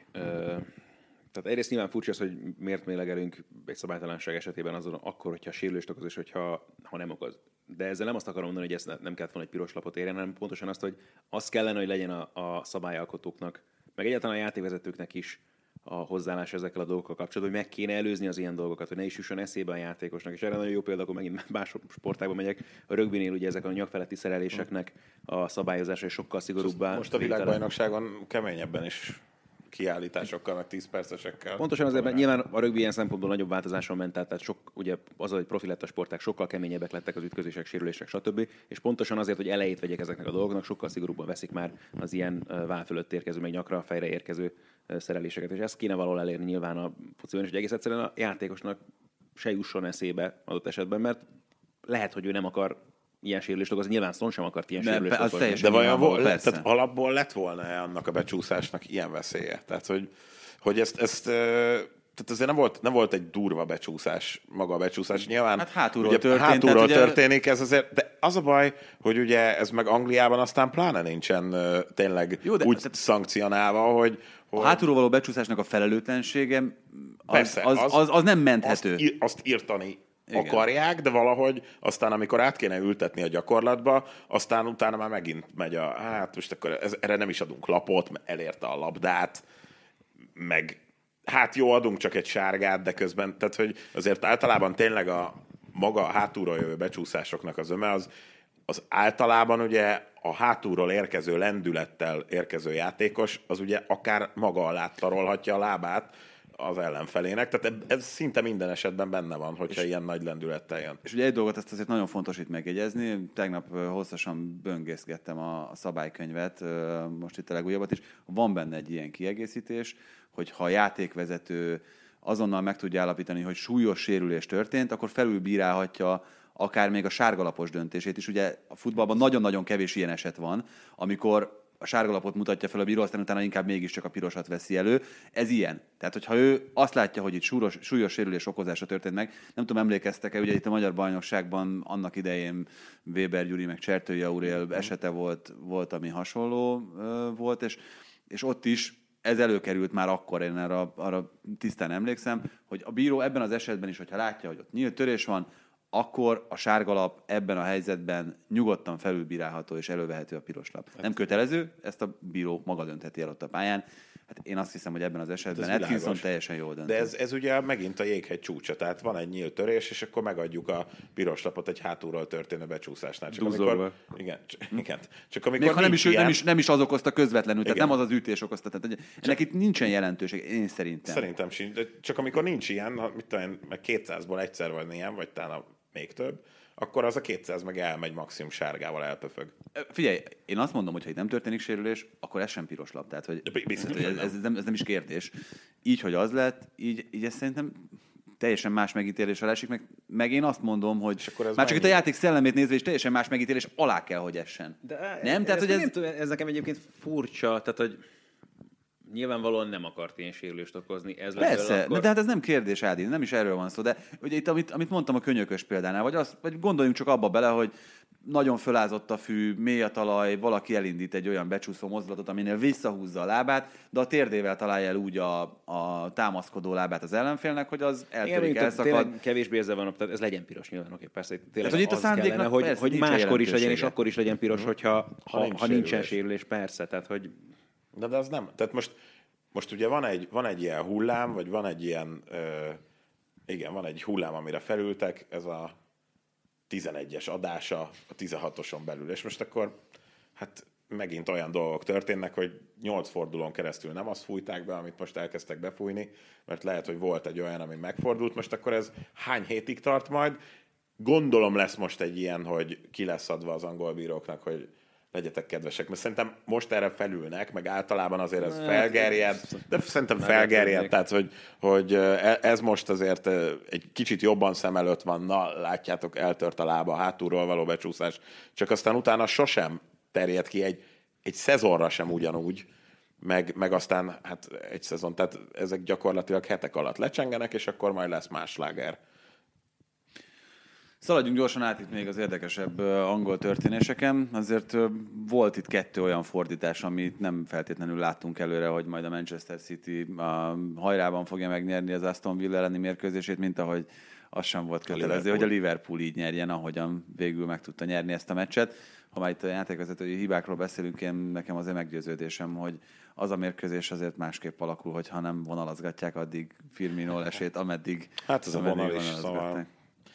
tehát egyrészt nyilván furcsa az, hogy miért mélegelünk egy szabálytalanság esetében azon akkor, hogyha sérülést okoz, és hogyha nem okoz. De ezzel nem azt akarom mondani, hogy ezt nem kellett volna egy piros lapot érjen, hanem pontosan azt, hogy az kellene, hogy legyen a szabályalkotóknak, meg egyáltalán a játékvezetőknek is a hozzáállás ezekkel a dolgokkal kapcsolatban, hogy meg kéne előzni az ilyen dolgokat, hogy ne is jusson eszébe a játékosnak. És erre nagyon jó példa, akkor megint más sportágban megyek. A rögbinél ugye ezek a nyakfeletti szereléseknek a szabályozása is sokkal szigorúbbá. Most a világbajnokságon keményebben is kiállításokkal, meg 10 percesekkel. Pontosan azért, mert nyilván a rögbi ilyen szempontból nagyobb változáson ment, tehát ugye az, hogy profi lett a sporták, sokkal keményebbek lettek az ütközések, sérülések, stb. És pontosan azért, hogy elejét vegyek ezeknek a dolgoknak, sokkal szigorúbban veszik már az ilyen váll fölött érkező, meg nyakra, fejre érkező szereléseket. És ezt kéne valahol elérni nyilván a fociban, és hogy egész egyszerűen a játékosnak se jusson eszébe adott esetben, mert lehet, hogy ő nem akar ilyen sérülést okozni. Nyilván Son sem akart ilyen sérülést okozni. De vajon tehát alapból lett volna annak a becsúszásnak ilyen veszélye? Tehát, hogy ezt tehát azért nem volt egy durva becsúszás, maga a becsúszás. Nyilván hát hátulról történik ez azért, de az a baj, hogy ugye ez meg Angliában aztán pláne nincsen tényleg úgy szankcionálva, hogy a hátulról való becsúszásnak a felelőtlensége az nem menthető. Azt írtani akarják, de valahogy aztán, amikor át kéne ültetni a gyakorlatba, aztán utána már megint megy most akkor erre nem is adunk lapot, mert elérte a labdát, meg jó, adunk csak egy sárgát, de közben, tehát hogy azért általában tényleg a maga hátulról jövő becsúszásoknak az öme, az általában ugye a hátulról érkező lendülettel érkező játékos, az ugye akár maga alá tarolhatja a lábát az ellenfelének, tehát ez szinte minden esetben benne van, hogyha ilyen nagy lendülettel jön. És ugye egy dolgot ezt azért nagyon fontos itt megjegyezni, tegnap hosszasan böngészgettem a szabálykönyvet, most itt a legújabbat is, van benne egy ilyen kiegészítés, hogy ha a játékvezető azonnal meg tudja állapítani, hogy súlyos sérülés történt, akkor felülbírálhatja akár még a sárgalapos döntését is. Ugye a futballban nagyon-nagyon kevés ilyen eset van, amikor a sárgalapot mutatja fel a bíró, aztán utána inkább mégiscsak a pirosat veszi elő. Ez ilyen. Tehát, hogyha ő azt látja, hogy itt súlyos sérülés okozása történt meg, nem tudom, emlékeztek-e, ugye itt a Magyar Bajnokságban annak idején Weber Gyuri meg Csertői Aurél esete volt, ami hasonló volt, és ott is ez előkerült már akkor, én arra tisztán emlékszem, hogy a bíró ebben az esetben is, hogyha látja, hogy ott nyílt törés van, akkor a sárgalap ebben a helyzetben nyugodtan felülbírálható és elővehető a piros lap. Nem kötelező, ezt a bíró maga döntheti el ott a pályán. Hát én azt hiszem, hogy ebben az esetben Atkinson teljesen jól dönt. De ez ugye megint a jéghegy csúcsa, tehát van egy nyílt törés, és akkor megadjuk a piros lapot egy hátulról történő becsúszásnál. Csak amikor, igen. Csak amikor még ha nem is az okozta közvetlenül, igen. Tehát nem az az ütés okozta. Tehát ennek itt nincsen jelentőség, én szerintem. Szerintem sincs, de csak amikor nincs ilyen, mit tudom, meg 200-ból egyszer van ilyen, vagy talán még több, akkor az a 200 meg elmegy maximum sárgával, elpöfög. Figyelj, én azt mondom, hogy ha itt nem történik sérülés, akkor ez sem piros lap. Tehát, hogy ez nem is kérdés. Így, hogy az lett, így ez szerintem teljesen más megítélésre esik, meg én azt mondom, hogy már csak itt a játék szellemét nézve is teljesen más megítélés alá kell, hogy essen. Nem? Tehát, hogy ez nekem egyébként furcsa, tehát, hogy nyilvánvalóan nem akart ilyen sérülést okozni. Ez persze, akkor... de hát ez nem kérdés, Ádi, nem is erről van szó. De ugye itt, amit mondtam a könyökös példánál, vagy gondoljunk csak abba bele, hogy nagyon fölázott a fű, mély a talaj, valaki elindít egy olyan becsúszó mozdulatot, aminél visszahúzza a lábát, de a térdével találja el úgy a támaszkodó lábát az ellenfélnek, hogy az eltörik, elszakad. Kevésbé ezzel van, tehát ez legyen piros nyilván, oké, persze. Tehát, hogy itt a szándéknak kellene, hogy máskor is legyen, és akkor is legyen piros, hogyha nincsen sérülés, persze. Tehát, hogy... De az nem. Tehát most ugye van egy ilyen hullám, vagy van egy ilyen, van egy hullám, amire felültek, ez a 11-es adása a 16-oson belül. És most akkor hát megint olyan dolgok történnek, hogy 8 fordulón keresztül nem azt fújták be, amit most elkezdtek befújni, mert lehet, hogy volt egy olyan, ami megfordult. Most akkor ez hány hétig tart majd? Gondolom lesz most egy ilyen, hogy ki lesz adva az angol bíróknak, hogy legyetek kedvesek, mert szerintem most erre felülnek, meg általában azért ez felgerjed, de szerintem felgerjed, tehát hogy ez most azért egy kicsit jobban szem előtt van, na látjátok, eltört a lába, hátulról való becsúszás, csak aztán utána sosem terjed ki egy szezonra sem ugyanúgy, meg aztán hát egy szezon, tehát ezek gyakorlatilag hetek alatt lecsengenek, és akkor majd lesz más sláger. Szaladjunk gyorsan át itt még az érdekesebb angol történéseken. Azért volt itt 2 olyan fordítás, amit nem feltétlenül láttunk előre, hogy majd a Manchester City a hajrában fogja megnyerni az Aston Villa elleni mérkőzését, mint ahogy az sem volt kötelező, hogy a Liverpool így nyerjen, ahogyan végül meg tudta nyerni ezt a meccset. Ha már itt a játékvezetői hibákról beszélünk, nekem azért meggyőződésem, hogy az a mérkőzés azért másképp alakul, hogyha nem vonalazgatják addig Firmino esét, ameddig... Hát ez a vonal is, szóval...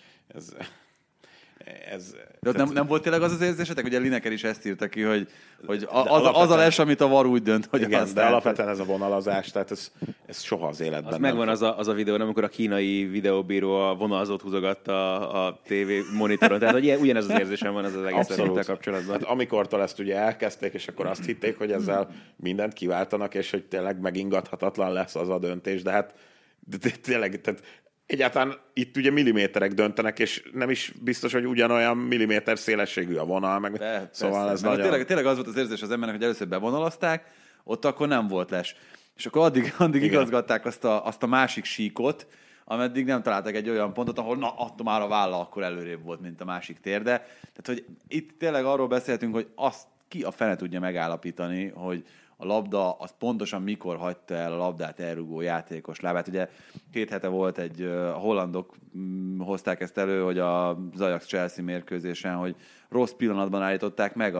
De nem volt tényleg az érzésetek? Ugye Lineker is ezt írta ki, hogy az a les, amit a VAR úgy dönt, hogy igen, de alapvetően ez a vonalazás, tehát ez soha az életben az megvan az a videó, amikor a kínai videóbíró a vonalazót húzogatta a TV monitoron. Tehát hogy ugyanez az érzésem van az egész kapcsolatban. Hát amikortól ezt ugye elkezdték, és akkor azt hitték, hogy ezzel mindent kiváltanak, és hogy tényleg megingathatatlan lesz az a döntés, de hát tényleg... Tehát egyáltalán itt ugye milliméterek döntenek, és nem is biztos, hogy ugyanolyan milliméter szélességű a vonal, meg szóval ez nagyon... Tényleg az volt az érzés az embernek, hogy először bevonalazták, ott akkor nem volt les. És akkor addig igazgatták azt a másik síkot, ameddig nem találtak egy olyan pontot, ahol attól már a válla akkor előrébb volt, mint a másik térde. Tehát, hogy itt tényleg arról beszéltünk, hogy azt ki a fene tudja megállapítani, hogy a labda, az pontosan mikor hagyta el a labdát elrugó játékos lábát. Ugye 2 hete volt a hollandok hozták ezt elő, hogy a Ajax-Chelsea mérkőzésen, hogy rossz pillanatban állították meg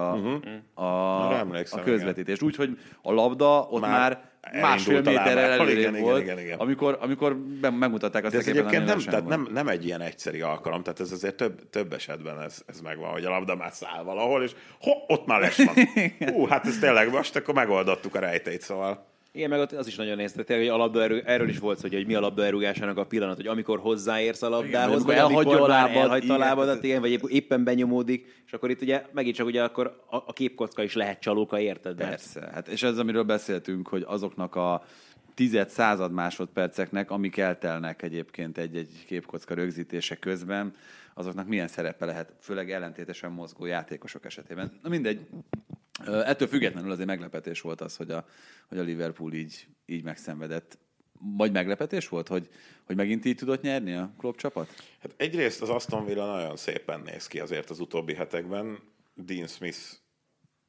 a közvetítést. Úgyhogy a labda ott már másfél méterrel előrébb volt, igen. Amikor megmutatták azt a képet. Nem egy ilyen egyszeri alkalom, tehát ez azért több esetben ez megvan, hogy a labda már száll valahol, és ott már les van. Hát ez tényleg most, akkor megoldottuk a rejtélyt, szóval. Igen, meg az is nagyon nézte, hogy a labda erről is volt szó, hogy mi a labda elrúgásának a pillanat, hogy amikor hozzáérsz a labdához, vagy amikor már elhagyta a lábadat, igen, vagy éppen benyomódik, és akkor itt ugye megint csak ugye akkor a képkocka is lehet csalóka, érted? Persze, hát és ez, amiről beszéltünk, hogy azoknak a 0,1 másodperceknek, amik eltelnek egyébként egy képkocka rögzítése közben, azoknak milyen szerepe lehet, főleg ellentétesen mozgó játékosok esetében. Na mindegy. Ettől függetlenül azért meglepetés volt az, hogy a Liverpool így megszenvedett. Vagy meglepetés volt, hogy megint így tudott nyerni a Klopp csapat? Hát egyrészt az Aston Villa nagyon szépen néz ki azért az utóbbi hetekben. Dean Smith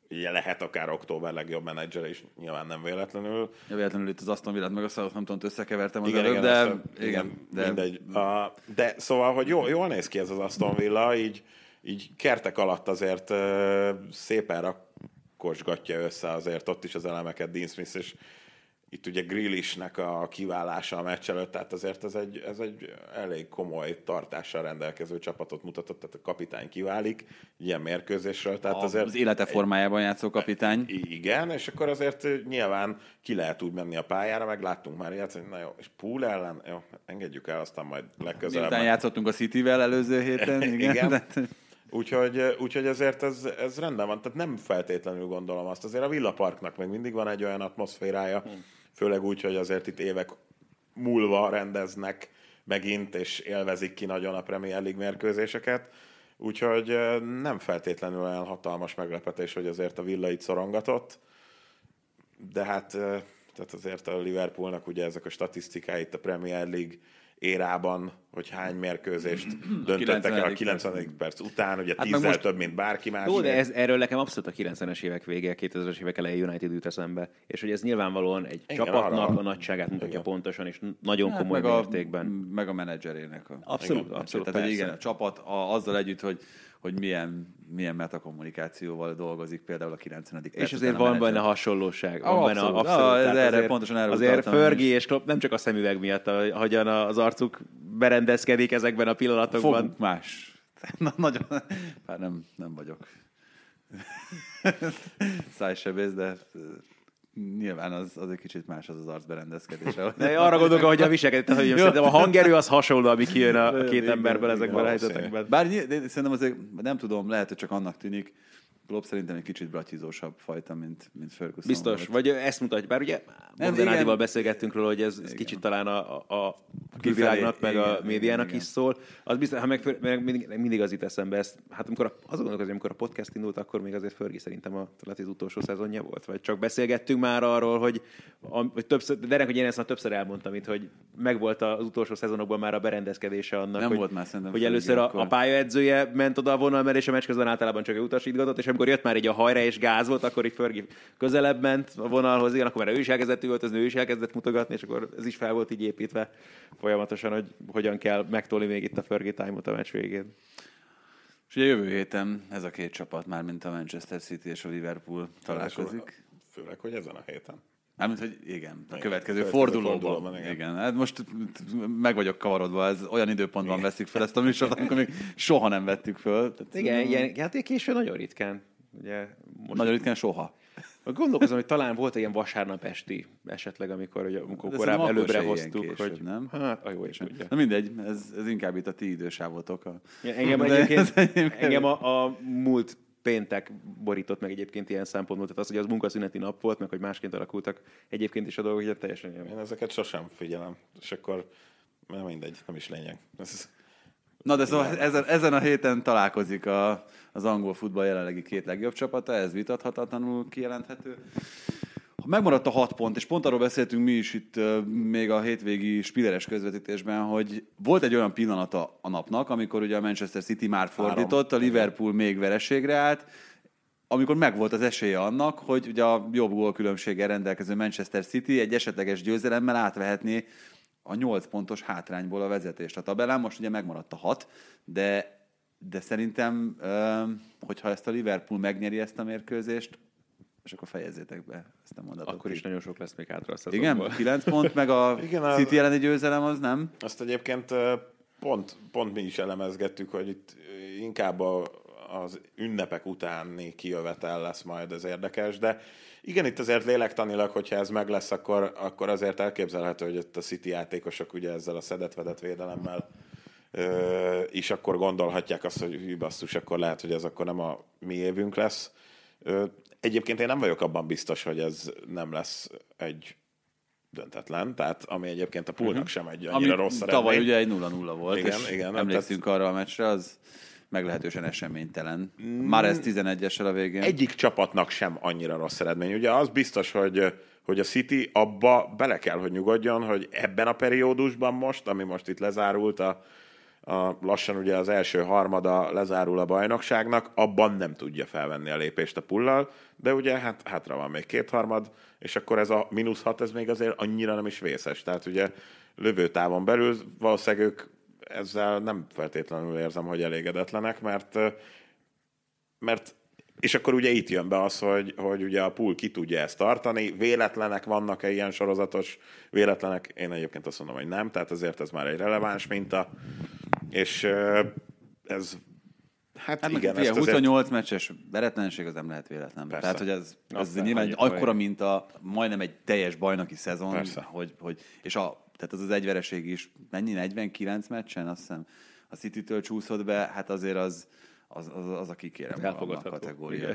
ugye lehet akár október legjobb menedzser is, nyilván nem véletlenül. Ja, véletlenül itt az Aston Villát meg a Southamptont összekevertem az Igen, előbb, igen, de igen, de mindegy. De szóval, hogy jól néz ki ez az Aston Villa, így kertek alatt azért szépen rakosgatja össze azért ott is az elemeket Dean Smith, és itt ugye Grealishnek a kiválása a meccs előtt, tehát azért ez egy elég komoly tartással rendelkező csapatot mutatott, tehát a kapitány kiválik ilyen mérkőzésről. Tehát az élete formájában játszó kapitány. Igen, és akkor azért nyilván ki lehet úgy menni a pályára, meg láttunk már ilyet, hogy na jó, és Pool ellen, jó, engedjük el, aztán majd legközelebb. Miután játszottunk a Cityvel előző héten. Igen. Úgyhogy ezért ez rendben van, tehát nem feltétlenül gondolom azt. Azért a Villa Parknak még mindig van egy olyan atmoszférája, főleg úgy, hogy azért itt évek múlva rendeznek megint, és élvezik ki nagyon a Premier League mérkőzéseket. Úgyhogy nem feltétlenül olyan hatalmas meglepetés, hogy azért a Villa itt szorongatott. De hát tehát azért a Liverpoolnak ugye ezek a statisztikái itt a Premier League érában, hogy hány mérkőzést döntöttek el a 90. perc után, ugye 10-zel most több, mint bárki más. Jó, de erről nekem abszolút a 90-es évek vége, 2000-es évek elején United jut eszembe. És hogy ez nyilvánvalóan egy csapatnak a nagyságát mutatja pontosan, és nagyon komoly mértékben. Meg a menedzserének. Abszolút. Tehát, hogy igen, a csapat azzal együtt, hogy milyen metakommunikációval dolgozik például a 90. percben. És azért van benne hasonlóság. Van benne abszolút. Pontosan erről azért Fergie és Klopp nem csak a szemüveg miatt, ahogyan az arcuk berendezkedik ezekben a pillanatokban. Fogunk más. Nagyon. Bár nem vagyok szájsebész, de nyilván az egy kicsit más az arcberendezkedése. De arra gondolok, hogy a viselkedés, hogy szerintem a hangerő az hasonló, ami kijön a két emberből ezekben a helyzetekben. Bár szerintem azért nem tudom, lehet, hogy csak annak tűnik, Klopp szerintem egy kicsit bratyizósabb fajta, mint Ferguson. Biztos, volt. Vagy ezt mutatja. Bár ugye Bogdanádival beszélgettünk róla, hogy ez kicsit talán a külvilágnak, meg a médiának is szól. Az biztos, ha mindig az itt eszembe ezt. Hát amikor a podcast indult, akkor még azért Fergie szerintem az utolsó szezonja volt. Vagy csak beszélgettünk már arról, hogy többször, de hogy én ezt már többször elmondtam itt, hogy megvolt az utolsó szezonokban már a berendezkedése annak, nem volt már szerintem, hogy először a pályaedzője ment oda a vonal, és a meccs közben általában csak ő utasítgatott, és amikor jött már így a hajra és gáz volt, akkor így Fergie közelebb ment a vonalhoz, igen, akkor már ő is elkezdett üvöltözni, ő is elkezdett mutogatni, és akkor ez is fel volt így építve folyamatosan, hogy hogyan kell megtolni még itt a Fergie time-ot a meccs végén. És ugye jövő héten ez a két csapat már, mint a Manchester City és a Liverpool találkozik. Főleg, hogy ezen a héten. Mármint, hogy igen, a következő fordulóban. Igen. Hát most meg vagyok kavarodva, ez olyan időpontban veszik fel ezt a műsort, amikor még soha nem vettük föl. Igen, hát későn nagyon ritkán. Ugye, nagyon ritkán soha. Gondolkozom, hogy talán volt egy ilyen vasárnap esti esetleg, amikor korábban előbbre hoztuk. Később, hogy nem? Hát, a jó is tudja. Na mindegy, ez inkább itt a ti idősávotok. Engem a múlt péntek borított meg egyébként ilyen szempontból, tehát az, hogy az munkaszüneti nap volt, meg hogy másként alakultak egyébként is a dolgok, hogy teljesen jó. Én ezeket sosem figyelem, és akkor mindegy, nem is lényeg. Na de szóval ezen a héten találkozik az angol futball jelenlegi két legjobb csapata, ez vitathatatlanul kijelenthető. Megmaradt a 6 pont, és pont arról beszéltünk mi is itt még a hétvégi Spieleres közvetítésben, hogy volt egy olyan pillanata a napnak, amikor ugye a Manchester City már fordított, a Liverpool még vereségre állt, amikor megvolt az esélye annak, hogy ugye a jobb gólkülönbséggel rendelkező Manchester City egy esetleges győzelemmel átvehetné a 8 pontos hátrányból a vezetést a tabellán. Most ugye megmaradt a 6, de szerintem, hogyha ezt a Liverpool megnyeri ezt a mérkőzést, és akkor fejezzétek be ezt a mondatot. Akkor is nagyon sok lesz még hátra a szezonból. Igen, 9 pont, meg a City elleni győzelem az nem? Azt egyébként pont mi is elemezgettük, hogy itt inkább az ünnepek utáni kijövetel lesz majd az érdekes, de igen, itt azért lélektanilag, hogyha ez meg lesz, akkor azért elképzelhető, hogy itt a City játékosok ugye ezzel a szedett-vedett védelemmel is akkor gondolhatják azt, hogy basszus, akkor lehet, hogy ez akkor nem a mi évünk lesz. Egyébként én nem vagyok abban biztos, hogy ez nem lesz egy döntetlen, tehát ami egyébként a Poolnak sem egy annyira rossz eredmény. Tavaly ugye egy 0-0 volt, igen, emlékszünk arra a meccsre, az meglehetősen eseménytelen. Már ez 11-essel a végén. Egyik csapatnak sem annyira rossz eredmény. Ugye az biztos, hogy a City abba bele kell, hogy nyugodjon, hogy ebben a periódusban most, ami most itt lezárult a lassan ugye az első harmada lezárul a bajnokságnak, abban nem tudja felvenni a lépést a Pullal, de ugye hát hátra van még 2/3, és akkor ez a -6, ez még azért annyira nem is vészes. Tehát ugye lövőtávon belül valószínűleg ők ezzel nem feltétlenül érzem, hogy elégedetlenek, mert és akkor ugye itt jön be az, hogy ugye a Pull ki tudja ezt tartani, véletlenek vannak-e ilyen sorozatos véletlenek? Én egyébként azt mondom, hogy nem, tehát ezért ez már egy releváns minta, és ez hát igen. Figyelj, 28 meccses veretlenség az nem lehet véletlen. Persze. Tehát, hogy ez nyilván akkora minta, majdnem egy teljes bajnoki szezon, hogy és tehát az egy vereség is, mennyi, 49 meccsen, azt hiszem, a City-től csúszott be, hát azért az a kikérem a kategória.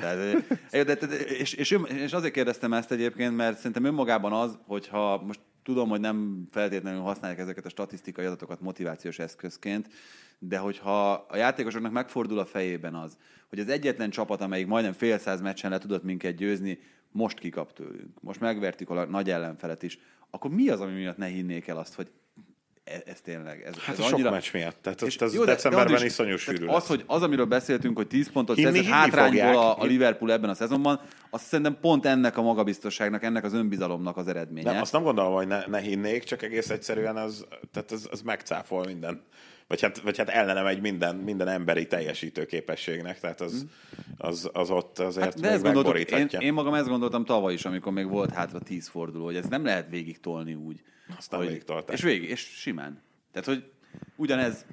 És azért kérdeztem ezt egyébként, mert szerintem önmagában az, hogyha most tudom, hogy nem feltétlenül használják ezeket a statisztikai adatokat motivációs eszközként, de hogyha a játékosoknak megfordul a fejében az, hogy az egyetlen csapat, amelyik majdnem fél száz meccsen le tudott minket győzni, most kikap tőlünk, most megvertük a nagy ellenfelet is, akkor mi az, ami miatt ne hinnék el azt, hogy ez tényleg. Hát ez a annyira... sok meccs miatt. Tehát ez decemberben iszonyú sűrű lesz. Az, amiről beszéltünk, hogy 10 pontot szerzett hátrányból a Liverpool ebben a szezonban, azt szerintem pont ennek a magabiztosságnak, ennek az önbizalomnak az eredménye. Nem, azt nem gondolom, hogy ne hinnék, csak egész egyszerűen az megcáfol minden. Vagy hát ellene megy minden emberi teljesítő képességnek, tehát az ott azért még megboríthatja. Én magam ezt gondoltam tavaly is, amikor még volt hátra 10 forduló, hogy ez nem lehet végig tolni úgy. Aztán végig tolták. És simán. Tehát, hogy ugyanez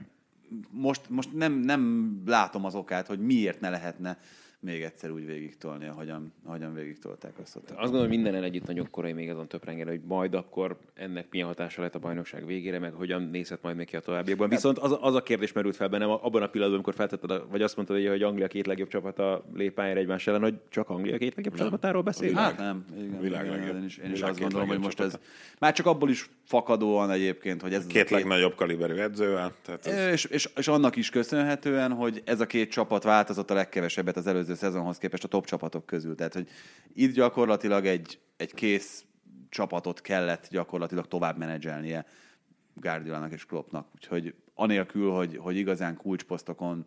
most nem látom az okát, hogy miért ne lehetne még egyszer úgy végig tolni, ahogyan végig tolták azt. Azt gondolom, hogy mindenen együtt nagyon korai még azon töprengeni, hogy majd akkor ennek milyen hatása lett a bajnokság végére, meg hogyan nézhet majd neki a továbbiakban. Viszont az a kérdés merült fel bennem abban a pillanatban, amikor feltetted, vagy azt mondtad, hogy Anglia két legjobb csapata lép pályára egymás ellen, hogy csak Anglia két legjobb csapatáról beszélünk? Hát nem. Igen, én is azt gondolom, hogy most ez már csak abból is fakadóan egyébként, hogy ez két legnagyobb kaliberű edzővel. És annak is köszönhetően, hogy ez a két csapat változott a legkevesebbet az előző szezonhoz képest a top csapatok közül. Tehát, hogy itt gyakorlatilag egy kész csapatot kellett gyakorlatilag tovább menedzselnie Guardiolának és Kloppnak. Úgyhogy anélkül, hogy igazán kulcsposztokon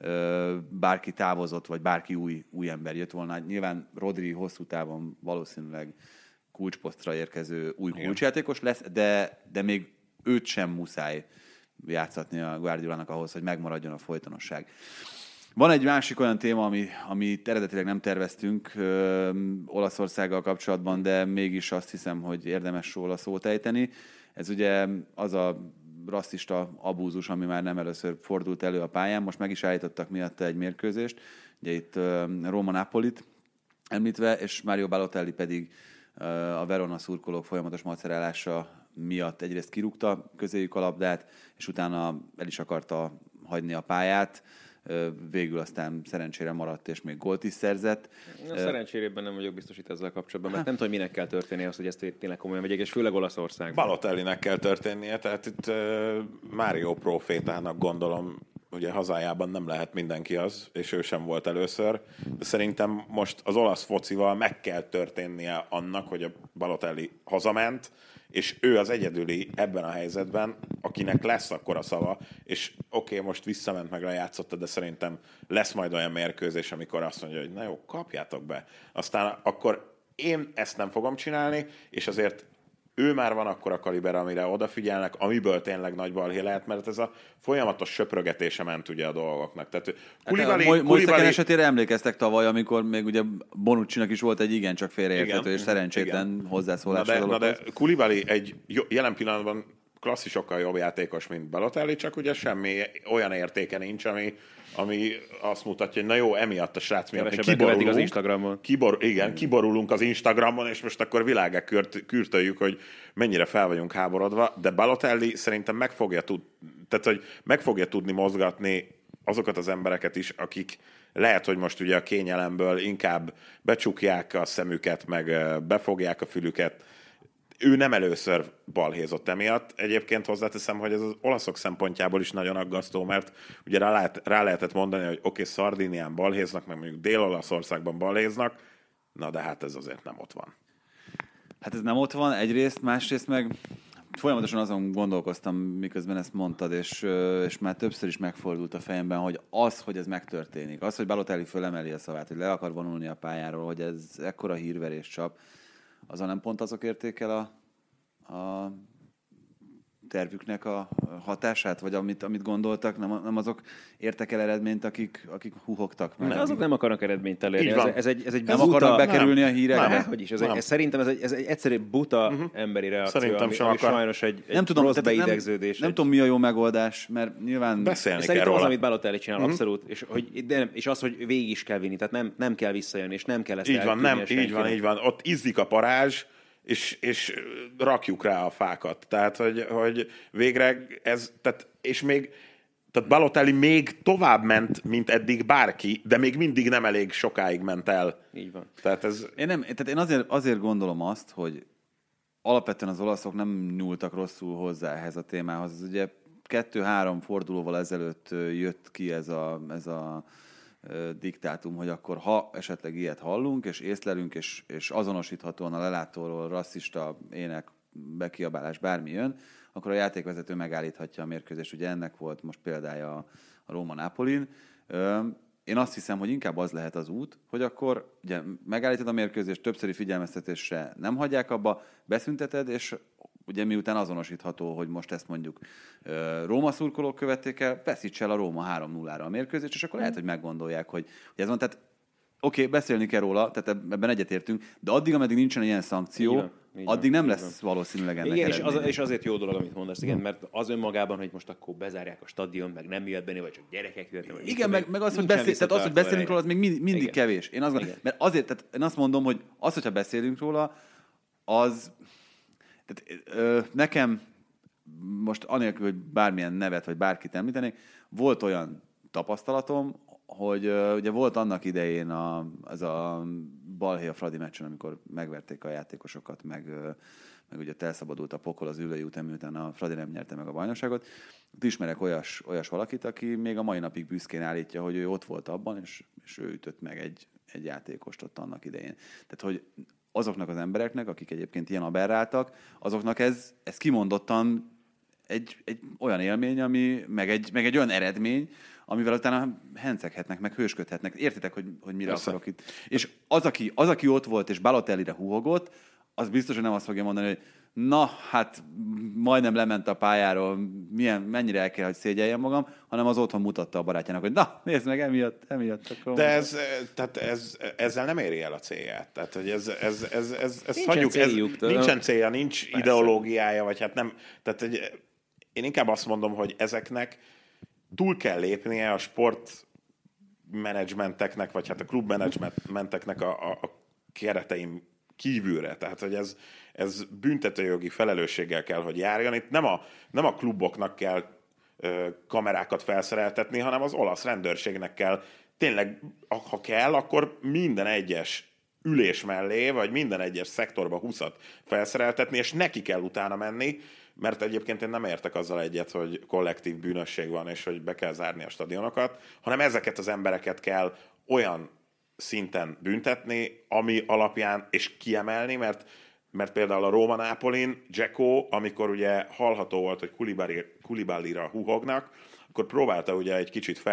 bárki távozott, vagy bárki új ember jött volna. Nyilván Rodri hosszú távon valószínűleg kulcsposztra érkező új kulcsjátékos lesz, de még őt sem muszáj játszatni a Guardiolának ahhoz, hogy megmaradjon a folytonosság. Van egy másik olyan téma, amit eredetileg nem terveztünk Olaszországgal kapcsolatban, de mégis azt hiszem, hogy érdemes róla szót ejteni. Ez ugye az a rasszista abúzus, ami már nem először fordult elő a pályán. Most meg is állítottak miatta egy mérkőzést, ugye itt Roma-Napolit említve, és Mario Balotelli pedig a Verona szurkolók folyamatos macerálása miatt egyrészt kirúgta közéjük a labdát, és utána el is akarta hagyni a pályát. Végül aztán szerencsére maradt, és még gólt is szerzett. Szerencsérében nem vagyok biztos itt ezzel kapcsolatban, mert nem tudom, minek kell történnie az, hogy ezt tényleg komolyan vegyék, és főleg Olaszországban. Balotellinek kell történnie, tehát itt Mário Profétának gondolom, ugye hazájában nem lehet mindenki az, és ő sem volt először, de szerintem most az olasz focival meg kell történnie annak, hogy a Balotelli hazament, és ő az egyedüli ebben a helyzetben, akinek lesz akkor a szava, és oké, most visszament meg lejátszotta, de szerintem lesz majd olyan mérkőzés, amikor azt mondja, hogy na jó, kapjátok be. Aztán akkor én ezt nem fogom csinálni, és azért ő már van akkor a kaliber, amire odafigyelnek, amiből tényleg nagy balhé lehet, mert ez a folyamatos söprögetése ment ugye a dolgoknak. Tehát Koulibaly esetére emlékeztek tavaly, amikor még ugye Bonuccinak is volt egy igencsak félreérthető és szerencsétlen hozzászólás. De Koulibaly egy jelen pillanatban klasszisokkal jobb játékos, mint Balotelli, csak ugye semmi olyan értéke nincs, ami azt mutatja, hogy na jó, emiatt a srác miatt kiborulunk az Instagramon. Kiborulunk az Instagramon, és most akkor világá kürtöljük, hogy mennyire fel vagyunk háborodva, de Balotelli szerintem meg fogja tudni mozgatni azokat az embereket is, akik lehet, hogy most ugye a kényelemből inkább becsukják a szemüket, meg befogják a fülüket. Ő nem először balhézott emiatt. Egyébként hozzáteszem, hogy ez az olaszok szempontjából is nagyon aggasztó, mert ugye rá lehetett mondani, hogy oké, Szardinián balhéznak, meg mondjuk Dél-Olaszországban balhéznak, na de hát ez azért nem ott van. Hát ez nem ott van egyrészt, másrészt meg folyamatosan azon gondolkoztam, miközben ezt mondtad, és már többször is megfordult a fejemben, hogy hogy ez megtörténik, az, hogy Balotelli fölemeli a szavát, hogy le akar vonulni a pályáról, hogy ez ekkora hírverés csap, azon nem pont azok érték el a tervüknek a hatását, vagy amit gondoltak, nem azok értek el eredményt, akik huhogtak meg. Azok nem akarnak eredményt elérni. Ez egy nem buta, akarnak bekerülni a hírekbe? Ez szerintem ez egy egyszerű buta emberi reakció, ami sajnos egy rossz beidegződés. Nem tudom, mi a jó megoldás, mert nyilván... Beszélni szerintem kell az, róla. amit Balotelli csinál, abszolút, és az, hogy végig is kell vinni, tehát nem kell visszajönni, és nem kell ezt így van. Ott izzik a parázs, és rakjuk rá a fákat. Tehát, hogy végre ez, tehát Balotelli még tovább ment, mint eddig bárki, de még mindig nem elég sokáig ment el. Így van. Tehát ez... Én azért gondolom azt, hogy alapvetően az olaszok nem nyúltak rosszul hozzá ehhez a témához. Ez ugye 2-3 fordulóval ezelőtt jött ki ez a diktátum, hogy akkor ha esetleg ilyet hallunk, és észlelünk, és azonosíthatóan a lelátóról rasszista ének, bekiabálás bármi jön, akkor a játékvezető megállíthatja a mérkőzést. Ugye ennek volt most példája a Róma-Nápolin. Én azt hiszem, hogy inkább az lehet az út, hogy akkor ugye megállítod a mérkőzést, többszöri figyelmeztetésre nem hagyják abba, beszünteted, és ugye miután azonosítható, hogy most ezt mondjuk Róma szurkolók követték el, veszíts el a Róma 3-0-ra a mérkőzést, és akkor lehet, hogy meggondolják, hogy ez van. Tehát oké, beszélni kell róla, tehát ebben egyetértünk, de addig, ameddig nincsen ilyen szankció, addig nem lesz valószínűleg ennek igen, és azért jó dolog, amit mondasz, igen, mert az önmagában, hogy most akkor bezárják a stadion, meg nem jöhet benne, vagy csak gyerekek jöhetnek. Igen, meg az, hogy beszélünk róla, az még mindig igen. Kevés. Én azt gondolom, mert azért, tehát én azt mondom, hogy az, hogyha beszélünk róla, az nekem most anélkül, hogy bármilyen nevet, vagy bárkit említenék, volt olyan tapasztalatom, hogy ugye volt annak idején az a Balhé Fradi meccsen, amikor megverték a játékosokat, meg ugye elszabadult a pokol az Üllői után, miután a Fradi nem nyerte meg a bajnokságot. Ismerek olyas valakit, aki még a mai napig büszkén állítja, hogy ő ott volt abban, és ő ütött meg egy játékost ott annak idején. Tehát, hogy azoknak az embereknek, akik egyébként ilyen aberráltak, azoknak ez kimondottan egy olyan élmény, meg egy olyan eredmény, amivel utána henceghetnek, meg hősködhetnek. Értitek, hogy mire akarok itt? És az, aki ott volt, és Balotellire húhogott, az biztos, hogy nem azt fogja mondani, hogy na, hát majdnem lement a pályáról, mennyire el kell, hogy szégyeljem magam, hanem az otthon mutatta a barátjának, hogy na, nézd meg, emiatt. De ezzel nem éri el a célját. Tehát, hogy ez hagyjuk, nincsen célja, nincs ideológiája, vagy hát nem. Tehát, én inkább azt mondom, hogy ezeknek túl kell lépnie a sportmenedzsmenteknek, vagy hát a klubmenedzsmenteknek a keretein kívülre. Tehát, hogy ez büntetőjogi felelősséggel kell, hogy járjon. Itt nem a kluboknak kell kamerákat felszereltetni, hanem az olasz rendőrségnek kell. Tényleg, ha kell, akkor minden egyes ülés mellé, vagy minden egyes szektorba 20-at felszereltetni, és neki kell utána menni, mert egyébként én nem értek azzal egyet, hogy kollektív bűnösség van, és hogy be kell zárni a stadionokat, hanem ezeket az embereket kell olyan szinten büntetni, ami alapján, és kiemelni, mert például a Róma-Nápolin Dzeko, amikor ugye hallható volt, hogy Koulibalira húhognak, akkor próbálta ugye egy kicsit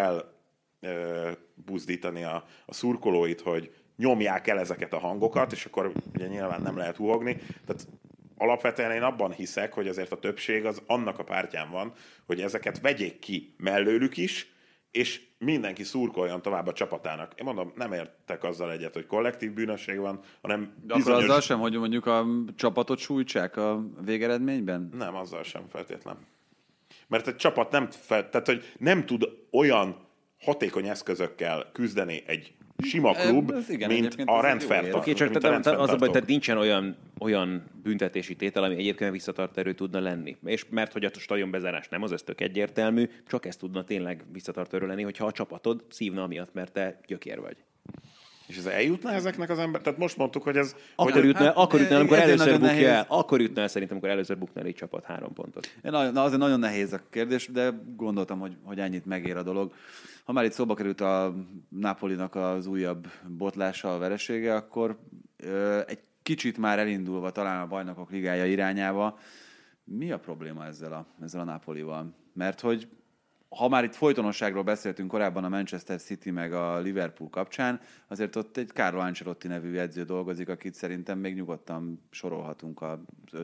felbuzdítani a szurkolóit, hogy nyomják el ezeket a hangokat, és akkor ugye nyilván nem lehet húhogni. Tehát alapvetően én abban hiszek, hogy azért a többség az annak a pártján van, hogy ezeket vegyék ki mellőlük is, és mindenki szurkoljon tovább a csapatának. Én mondom, nem értek azzal egyet, hogy kollektív bűnösség van, hanem bizonyos... Akkor azzal sem, hogy mondjuk a csapatot sújtsák a végeredményben? Nem, azzal sem feltétlen. Mert egy csapat tehát, hogy nem tud olyan hatékony eszközökkel küzdeni egy sima klub, mint a rendfenntartó. Oké, csak az a baj, tehát nincsen olyan büntetési tétel, ami egyébként visszatartó erő tudna lenni. És mert hogy a stadion bezárás nem, az ez tök egyértelmű, csak ez tudna tényleg visszatartó erő lenni, hogyha a csapatod szívna amiatt, mert te gyökér vagy. És ez eljutna ezeknek az emberek? Tehát most mondtuk, hogy ez... Akkor jutna, amikor először bukja el. Akkor jutna el szerintem, amikor először bukna egy csapat 3 pontot. Azért nagyon nehéz a kérdés, de gondoltam, hogy ennyit megér a dolog. Ha már itt szóba került a Napolinak az újabb botlása, a veresége, akkor egy kicsit már elindulva talán a Bajnokok Ligája irányába, Mi a probléma ezzel a Napolival? Mert hogy ha már itt folytonosságról beszéltünk korábban a Manchester City meg a Liverpool kapcsán, azért ott egy Carlo Ancelotti nevű edző dolgozik, akit szerintem még nyugodtan sorolhatunk az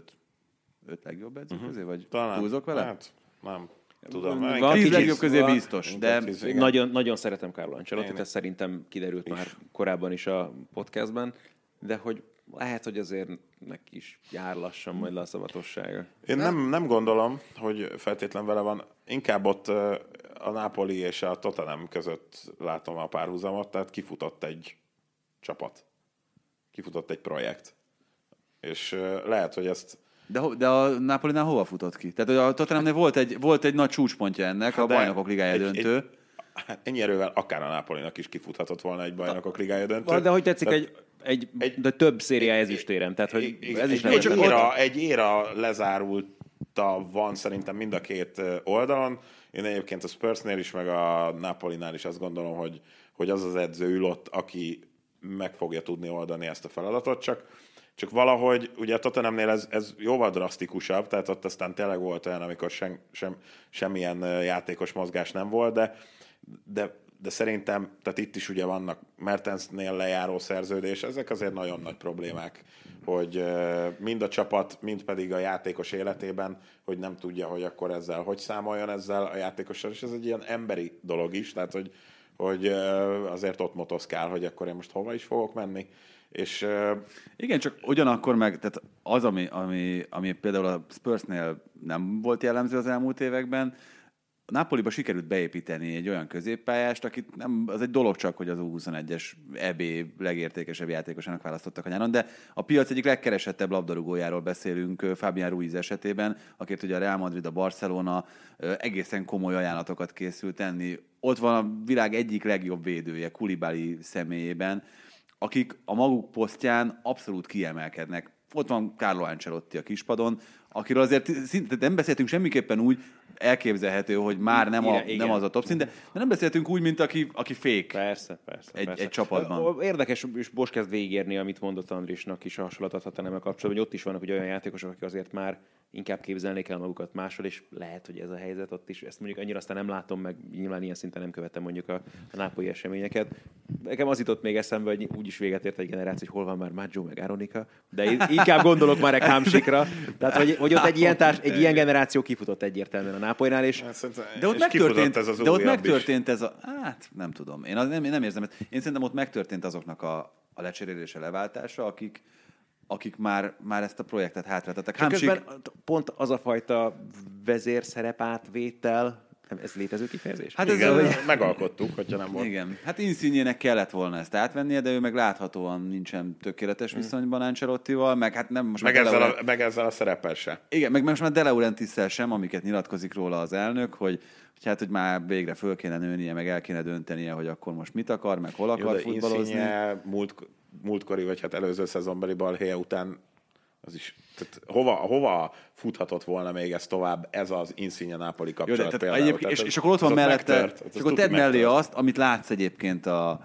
öt legjobb edző közé, vagy túlzok vele? Hát, nem tudom. Van 10 legjobb közé biztos, de... Nagyon, nagyon szeretem Carlo Ancelottit, ez szerintem kiderült már korábban is a podcastben, de hogy lehet, hogy azért neki is jár lassan majd le a szabatossága. Én nem gondolom, hogy feltétlen vele van. Inkább ott a Napoli és a Tottenham között látom a párhuzamot, tehát kifutott egy csapat. Kifutott egy projekt. És lehet, hogy ezt... De a Napolinál hova futott ki? Tehát a Tottenhamnél volt egy nagy csúcspontja ennek, a Bajnokok Ligája döntő. Ennyi erővel akár a Napolinak is kifuthatott volna egy Bajnokok Ligája döntő. De hogy tetszik, de több szériá ezüstérem. Tehát, hogy ez is egy éra lezárulta van szerintem mind a két oldalon. Én egyébként a Spursnél is, meg a Napolinál is azt gondolom, hogy az az edző ül ott, aki meg fogja tudni oldani ezt a feladatot, csak valahogy, ugye a Tottenhamnél ez jóval drasztikusabb, tehát ott aztán tényleg volt olyan, amikor semmilyen játékos mozgás nem volt, de szerintem, tehát itt is ugye vannak Mertensnél lejáró szerződés, ezek azért nagyon nagy problémák, hogy mind a csapat, mind pedig a játékos életében, hogy nem tudja, hogy akkor ezzel hogy számoljon ezzel a játékossal, és ez egy ilyen emberi dolog is, tehát hogy azért ott motoszkál, hogy akkor én most hova is fogok menni. És, igen, csak ugyanakkor meg, tehát az, ami például a Spursnél nem volt jellemző az elmúlt években, a Napoliba sikerült beépíteni egy olyan középpályást, akit nem, az egy dolog csak, hogy az U21-es EB legértékesebb játékosának választottak a nyáron, de a piac egyik legkeresettebb labdarúgójáról beszélünk Fabián Ruiz esetében, akit ugye a Real Madrid, a Barcelona egészen komoly ajánlatokat készült tenni. Ott van a világ egyik legjobb védője, Koulibaly személyében, akik a maguk posztján abszolút kiemelkednek. Ott van Carlo Ancelotti a kispadon, akiről azért szinte nem beszéltünk semmiképpen úgy, elképzelhető, hogy már nem az a top szint, de nem beszéltünk úgy, mint aki fék. Persze. Egy csapatban. Érdekes, és most kezd végigérni, amit mondott Andrisnak is a hasonlatot nem kapcsolatban, hogy ott is vannak ugye olyan játékosok, akik azért már inkább képzelnék el magukat máshol, és lehet, hogy ez a helyzet ott is. Ezt mondjuk annyira aztán nem látom, meg nyilván ilyen szinten nem követem mondjuk a nápolyi eseményeket. Nekem az jutott még eszembe, hogy úgyis véget ért egy generáció, hogy hol van már Maggio meg Aronika, de inkább gondolok már egy Hamsikra. Tehát, hogy ott egy ilyen generáció kifutott egyértelműen a Nápolynál, és... De ott megtörtént ez a... Hát, nem tudom. Én nem érzem ezt. Én szerintem ott megtörtént azoknak a lecserélése, leváltása, akik már ezt a projektet hátráltattak. Közben pont az a fajta vezérszerep átvétel, ez létező kifejezés? Hát igen, megalkottuk, hogyha nem volt. Igen. Hát Insignének kellett volna ezt átvennie, de ő meg láthatóan nincsen tökéletes viszonyban Ancelottival, meg hát nem most meg ezzel a szereppel se. Igen, meg most már De Laurentisszel sem, amiket nyilatkozik róla az elnök, hogy már végre föl kéne nőnie, meg el kéne döntenie, hogy akkor most mit akar, meg hol akar futballozni. Insigne múltkori, vagy hát előző szezonbeli balhéja után az is, tehát hova futhatott volna még ez tovább, ez az Insigne Napoli kapcsolat például. És akkor ott van mellette, és akkor tedd mellé azt, amit látsz egyébként a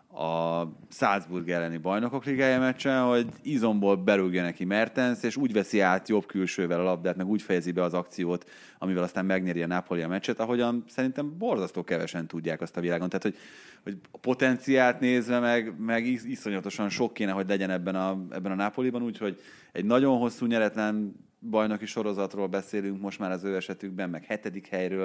Salzburg elleni Bajnokok Ligája meccsen, hogy izomból berúgja neki Mertens, és úgy veszi át jobb külsővel a labdát, meg úgy fejezi be az akciót, amivel aztán megnyeri a Napoli a meccset, ahogyan szerintem borzasztó kevesen tudják azt a világon. Tehát, hogy a potenciált nézve, meg iszonyatosan sok kéne, hogy legyen ebben a Napoliban, úgyhogy egy nagyon hosszú nyeretlen bajnoki sorozatról beszélünk most már az ő esetükben, meg 7. helyről,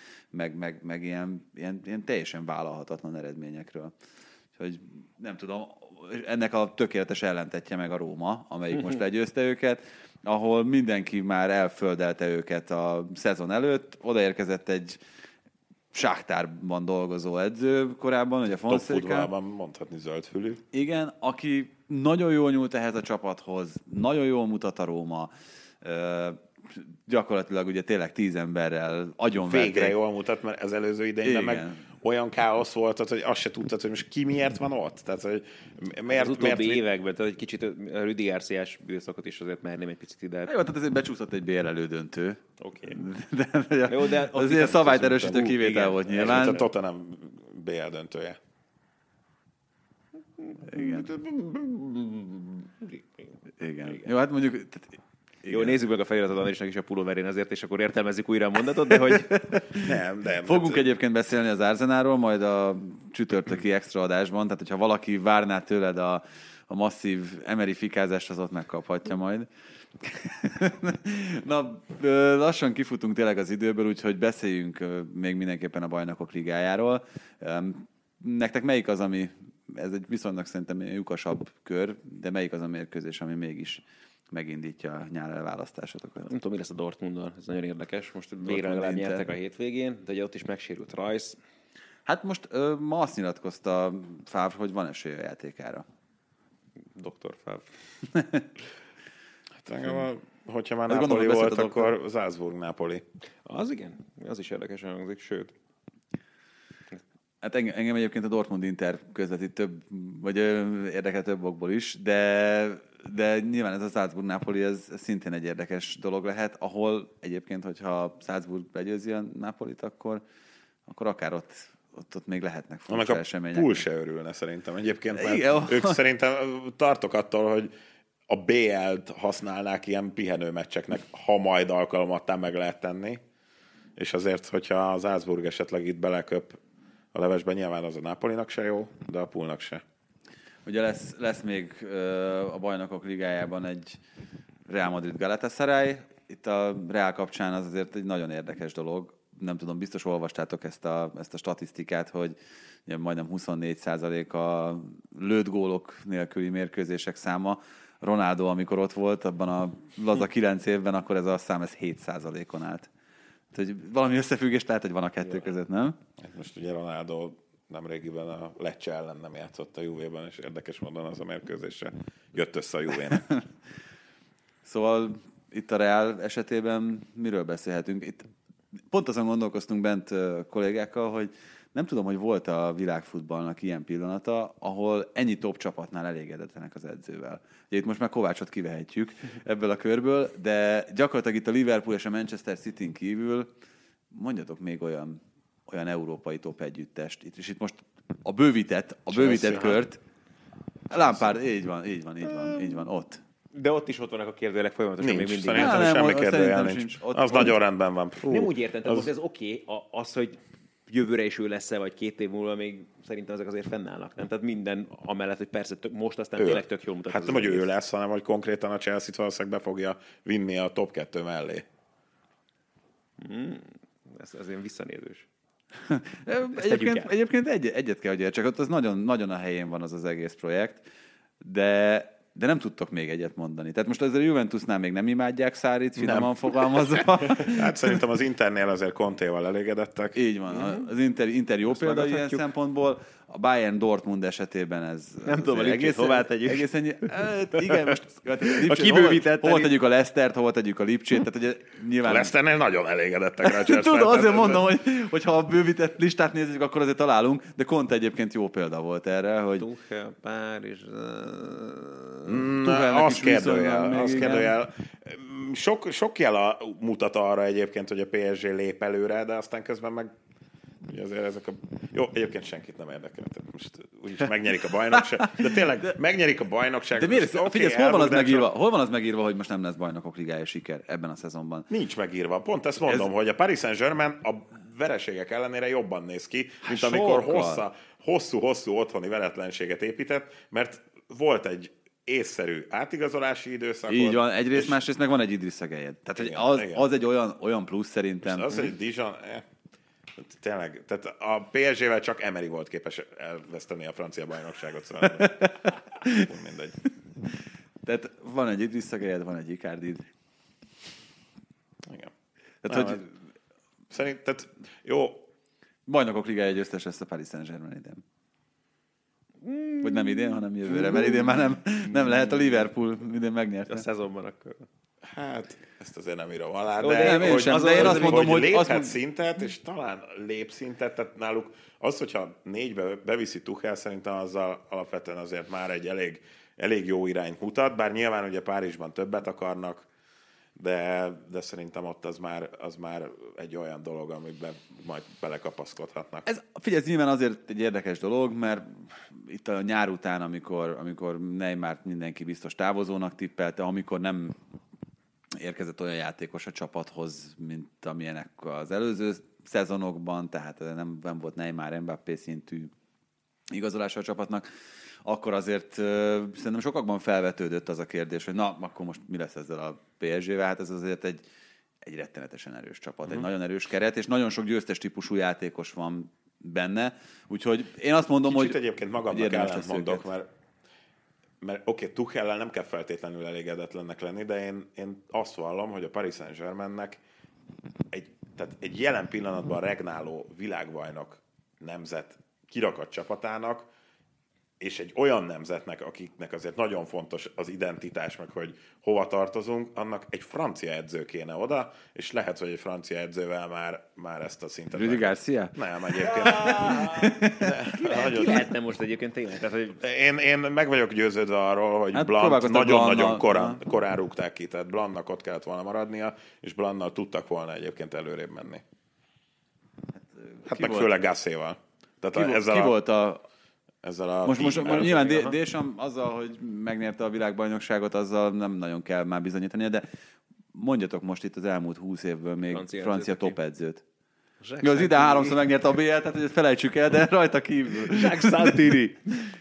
meg ilyen teljesen vállalhatatlan eredményekről. Úgyhogy nem tudom, ennek a tökéletes ellentetje meg a Róma, amelyik most legyőzte őket, ahol mindenki már elföldelte őket a szezon előtt, odaérkezett egy Sáktárban dolgozó edző korábban, ugye Fonseca. Top futballban mondhatni zöldfülű. Igen, aki nagyon jól nyúlt ehhez a csapathoz, nagyon jól mutat a Róma, gyakorlatilag ugye tényleg 10 emberrel agyonverték. Végre jól mutat, mert az előző idejében meg olyan káosz volt, hogy azt se tudtad, hogy most ki miért van ott. Tehát, hogy az utóbbi években, tehát egy kicsit a Rüdi Garciás bűszakot is azért merném egy picit ide. Jó, tehát azért becsúszott egy BL elődöntő. Oké. De az ilyen szabályt erősítő kivétel volt nyilván. A Tottenham BL döntője. Igen. Jó, hát mondjuk Jó, nézzük meg a feliratot Andrisnak is a pulóverén azért, és akkor értelmezzük újra a mondatot, de hogy... Nem. Fogunk egyébként beszélni az Arsenalról, majd a csütörtöki extra adásban, tehát hogyha valaki várná tőled a masszív emerifikázást, az ott megkaphatja majd. Na, lassan kifutunk tényleg az időből, úgyhogy beszéljünk még mindenképpen a Bajnokok Ligájáról. Nektek melyik az, ami, ez egy viszonylag szerintem lyukasabb kör, de melyik az a mérkőzés, ami mégis megindítja a nyár elválasztásotokat? Nem tudom, mi lesz a Dortmunddal, ez nagyon érdekes. Most végre legalább nyertek a hétvégén, de ugye ott is megsérült Rice. Hát most ma azt nyilatkozta Favre, hogy van esély a játékára. Dr. Favre. Hát engem, hogyha már Azt Napoli gondolom, volt, beszélted akkor Salzburg-Napoli. Az igen, az is érdekesen hangzik, sőt. Hát engem egyébként a Dortmund-Inter közvetít több, vagy érdekel több okból is, de nyilván ez a Salzburg-Napoli, ez szintén egy érdekes dolog lehet, ahol egyébként, hogyha Salzburg begyőzi a Napolit, akkor akár ott még lehetnek furcsa események. A pool se örülne szerintem egyébként, mert igen, ők szerintem tartok attól, hogy a BL-t használnák ilyen pihenőmeccseknek, ha majd alkalmattán meg lehet tenni, és azért, hogyha az Salzburg esetleg itt beleköp a levesben, nyilván az a Napolinak se jó, de a poolnak se. Ugye lesz még a Bajnokok Ligájában egy Real Madrid Galatasaray. Itt a Real kapcsán az azért egy nagyon érdekes dolog. Nem tudom, biztos olvastátok ezt a statisztikát, hogy ugye majdnem 24% a lőtt gólok nélküli mérkőzések száma. Ronaldo, amikor ott volt, abban a laza 9 évben, akkor ez a szám 7%-on állt. Tehát, hogy valami összefüggés lehet, hogy van a kettő között, nem? Most ugye Ronaldo nemrégiben a Lecce ellen nem játszott a Juve-ben, és érdekes módon az a mérkőzésre jött össze a Juve-nek. Szóval itt a Real esetében miről beszélhetünk? Itt pont azon gondolkoztunk bent kollégákkal, hogy nem tudom, hogy volt a világfutballnak ilyen pillanata, ahol ennyi top csapatnál elégedetlenek az edzővel. Ugye itt most már Kovácsot kivehetjük ebből a körből, de gyakorlatilag itt a Liverpool és a Manchester Cityn kívül mondjatok még olyan európai top együttest. És itt most a bővített kört. Lampard, így van, ott. De ott is ott vannak a kérdőjelek folyamatosan még mindig. Szerintem semmi kérdőjel nincs. Az nagyon rendben van. Nem úgy értem, tehát ez oké, az, hogy jövőre is ő lesz-e, vagy 2 év múlva még szerintem ezek azért fennállnak, nem? Tehát minden amellett, hogy persze most aztán tényleg tök jól mutat. Hát nem, hogy ő lesz, hanem hogy konkrétan a Chelsea-t valószínűleg be fogja vinni a top 2 mellé. Ez ilyen visszanézős. Egyébként egyet kell, hogy értsek, ott az nagyon, nagyon a helyén van az egész projekt, de nem tudtok még egyet mondani. Tehát most azért a Juventusnál még nem imádják Sarrit, finoman fogalmazva. Hát szerintem az Internél azért Contéval elégedettek. Így van. Az Inter jó példa ilyen szempontból. A Bayern Dortmund esetében ez... Nem tudom, a Lipcsét hová tegyük. Egészen, igen, most a kibővített. Hova tegyük a Leicestert, hova tegyük a Lipcsét. Tehát ugye nyilván... A Leicesternél nagyon elégedettek rá. Tudom, azért mondom, hogy ha a bővített listát nézzük, akkor azért találunk, de Conte egyébként jó példa volt erre, hogy... Tuchel, Párizs... Azt kérdőjel. Sok jel mutat arra egyébként, hogy a PSG lép előre, de aztán közben meg ugye azért ezek a... Jó, egyébként senkit nem érdekel. Most úgyis megnyerik a bajnokság. De tényleg megnyerik a bajnokságot. De miért? Figyelj, hol van az megírva, hogy most nem lesz Bajnokok Ligája siker ebben a szezonban? Nincs megírva. Pont ezt mondom, hogy a Paris Saint-Germain a vereségek ellenére jobban néz ki, mint amikor hosszú otthoni veretlenséget épített, mert volt egy észszerű átigazolási időszak. Így van, egyrészt, másrészt meg van egy Idrissa Gueye. Tehát igen, az egy olyan plusz szerintem. Az, hogy Dijon... Tényleg, tehát a PSG-vel csak Emery volt képes elveszteni a francia bajnokságot, szóval mindegy. Tehát van egy Idrissa Gueye, van egy Icardid. Igen. Tehát, tehát jó. Bajnokok Ligája győztes lesz a Paris Saint-Germain idén. Vagy nem idén, hanem jövőre, mert idén már nem lehet, a Liverpool idén megnyerte. A szezonban akkor. Hát, ezt azért nem írom alá, de én azt mondom, hogy léphet szintet, és talán lép szintet, tehát náluk az, hogyha 4-be beviszi Tuchel, szerintem azzal alapvetően azért már egy elég jó irányt mutat, bár nyilván ugye Párizsban többet akarnak, de szerintem ott az már egy olyan dolog, amiben majd belekapaszkodhatnak. Figyelj, ez nyilván azért egy érdekes dolog, mert itt a nyár után, amikor Neymart mindenki biztos távozónak tippelte, amikor nem érkezett olyan játékos a csapathoz, mint amilyenek az előző szezonokban, tehát nem volt Neymar, Mbappé szintű igazolása a csapatnak, akkor azért szerintem sokakban felvetődött az a kérdés, hogy na, akkor most mi lesz ezzel a PSG-vel? Hát ez azért egy rettenetesen erős csapat, egy nagyon erős keret, és nagyon sok győztes típusú játékos van benne, úgyhogy én azt mondom, kicsit hogy egyébként magamnak ellent mondok, mert oké, Tuchellel nem kell feltétlenül elégedetlennek lenni, de én azt vallom, hogy a Paris Saint-Germainnek egy jelen pillanatban regnáló világbajnok nemzet kirakat csapatának, és egy olyan nemzetnek, akiknek azért nagyon fontos az identitás, meg hogy hova tartozunk, annak egy francia edző kéne oda, és lehet, hogy egy francia edzővel már ezt a szintet... Rudi Garcia? Nem, egyébként. Ki lehetne most egyébként tényleg? Tehát, hogy... Én meg vagyok győződve arról, hogy Hát Blant nagyon-nagyon korán rúgták ki, tehát Blantnak ott kellett volna maradnia, és Blantnal tudtak volna egyébként előrébb menni. Hát meg főleg Gasszéval. Ki volt a... Ezzel a most nyilván Deschamps azzal, hogy megnyerte a világbajnokságot, azzal nem nagyon kell már bizonyítania, de mondjatok most itt az elmúlt 20 évből még francia topedzőt. Jó, az ide 3-szor megnyerte a BL-t, tehát hogy felejtsük el, de rajta kívül. Jacques Santini.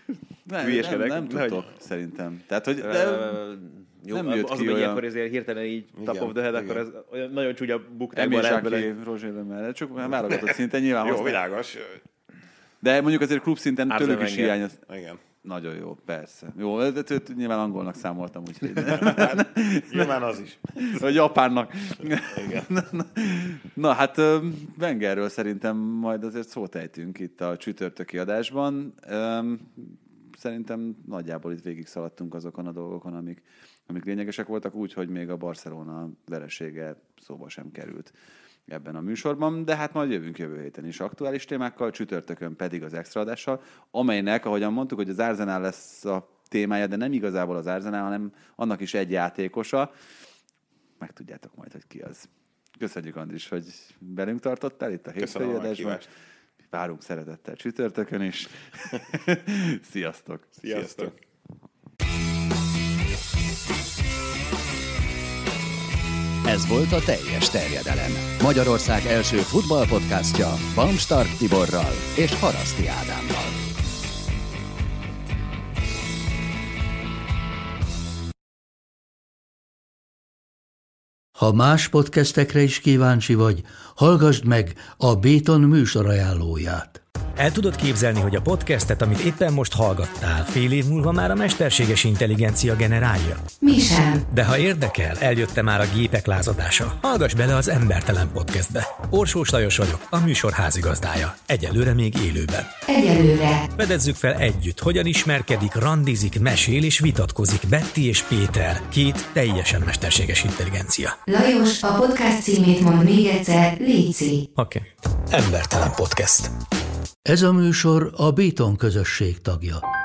Nem tudtok, szerintem. Tehát, hogy jó, nem jött az ki olyan... ilyenkor ezért hirtelen így top of the head, akkor ez olyan nagyon csúnya buktákban lehet bele. Roger Lemel, csak válogatott szinten nyilván. Jó, világos. De mondjuk azért klubszinten tőlük is hiányoz. Igen. Nagyon jó, persze. Jó, de nyilván angolnak számoltam, úgyhogy... Nyilván az is. Vagy japánnak. Igen. Na hát Wengerről szerintem majd azért szót ejtünk itt a csütörtöki adásban. Szerintem nagyjából itt végig szaladtunk azokon a dolgokon, amik lényegesek voltak, úgyhogy még a Barcelona veresége szóba sem került ebben a műsorban, de hát majd jövünk jövő héten is aktuális témákkal, csütörtökön pedig az extra adással, amelynek, ahogyan mondtuk, hogy az Arsenal lesz a témája, de nem igazából az Arsenal, hanem annak is egy játékosa. Megtudjátok majd, hogy ki az. Köszönjük, Andris, hogy velünk tartottál itt a hétfői adásban. Várunk szeretettel csütörtökön is. Sziasztok! Sziasztok! Ez volt a Teljes Terjedelem. Magyarország első futballpodcastja Bamstark Tiborral és Haraszti Ádámmal. Ha más podcastekre is kíváncsi vagy, hallgassd meg a Béton műsor ajánlóját. El tudod képzelni, hogy a podcastet, amit éppen most hallgattál, fél év múlva már a mesterséges intelligencia generálja? Mi sem. De ha érdekel, eljött már a gépek lázadása. Hallgass bele az Embertelen podcastbe. Orsós Lajos vagyok, a műsor házigazdája. Egyelőre még élőben. Egyelőre. Fedezzük fel együtt, hogyan ismerkedik, randizik, mesél és vitatkozik Betty és Péter, két teljesen mesterséges intelligencia. Lajos, a podcast címét mond még egyszer, léci. Oké. Embertelen podcast. Ez a műsor a Béton közösség tagja.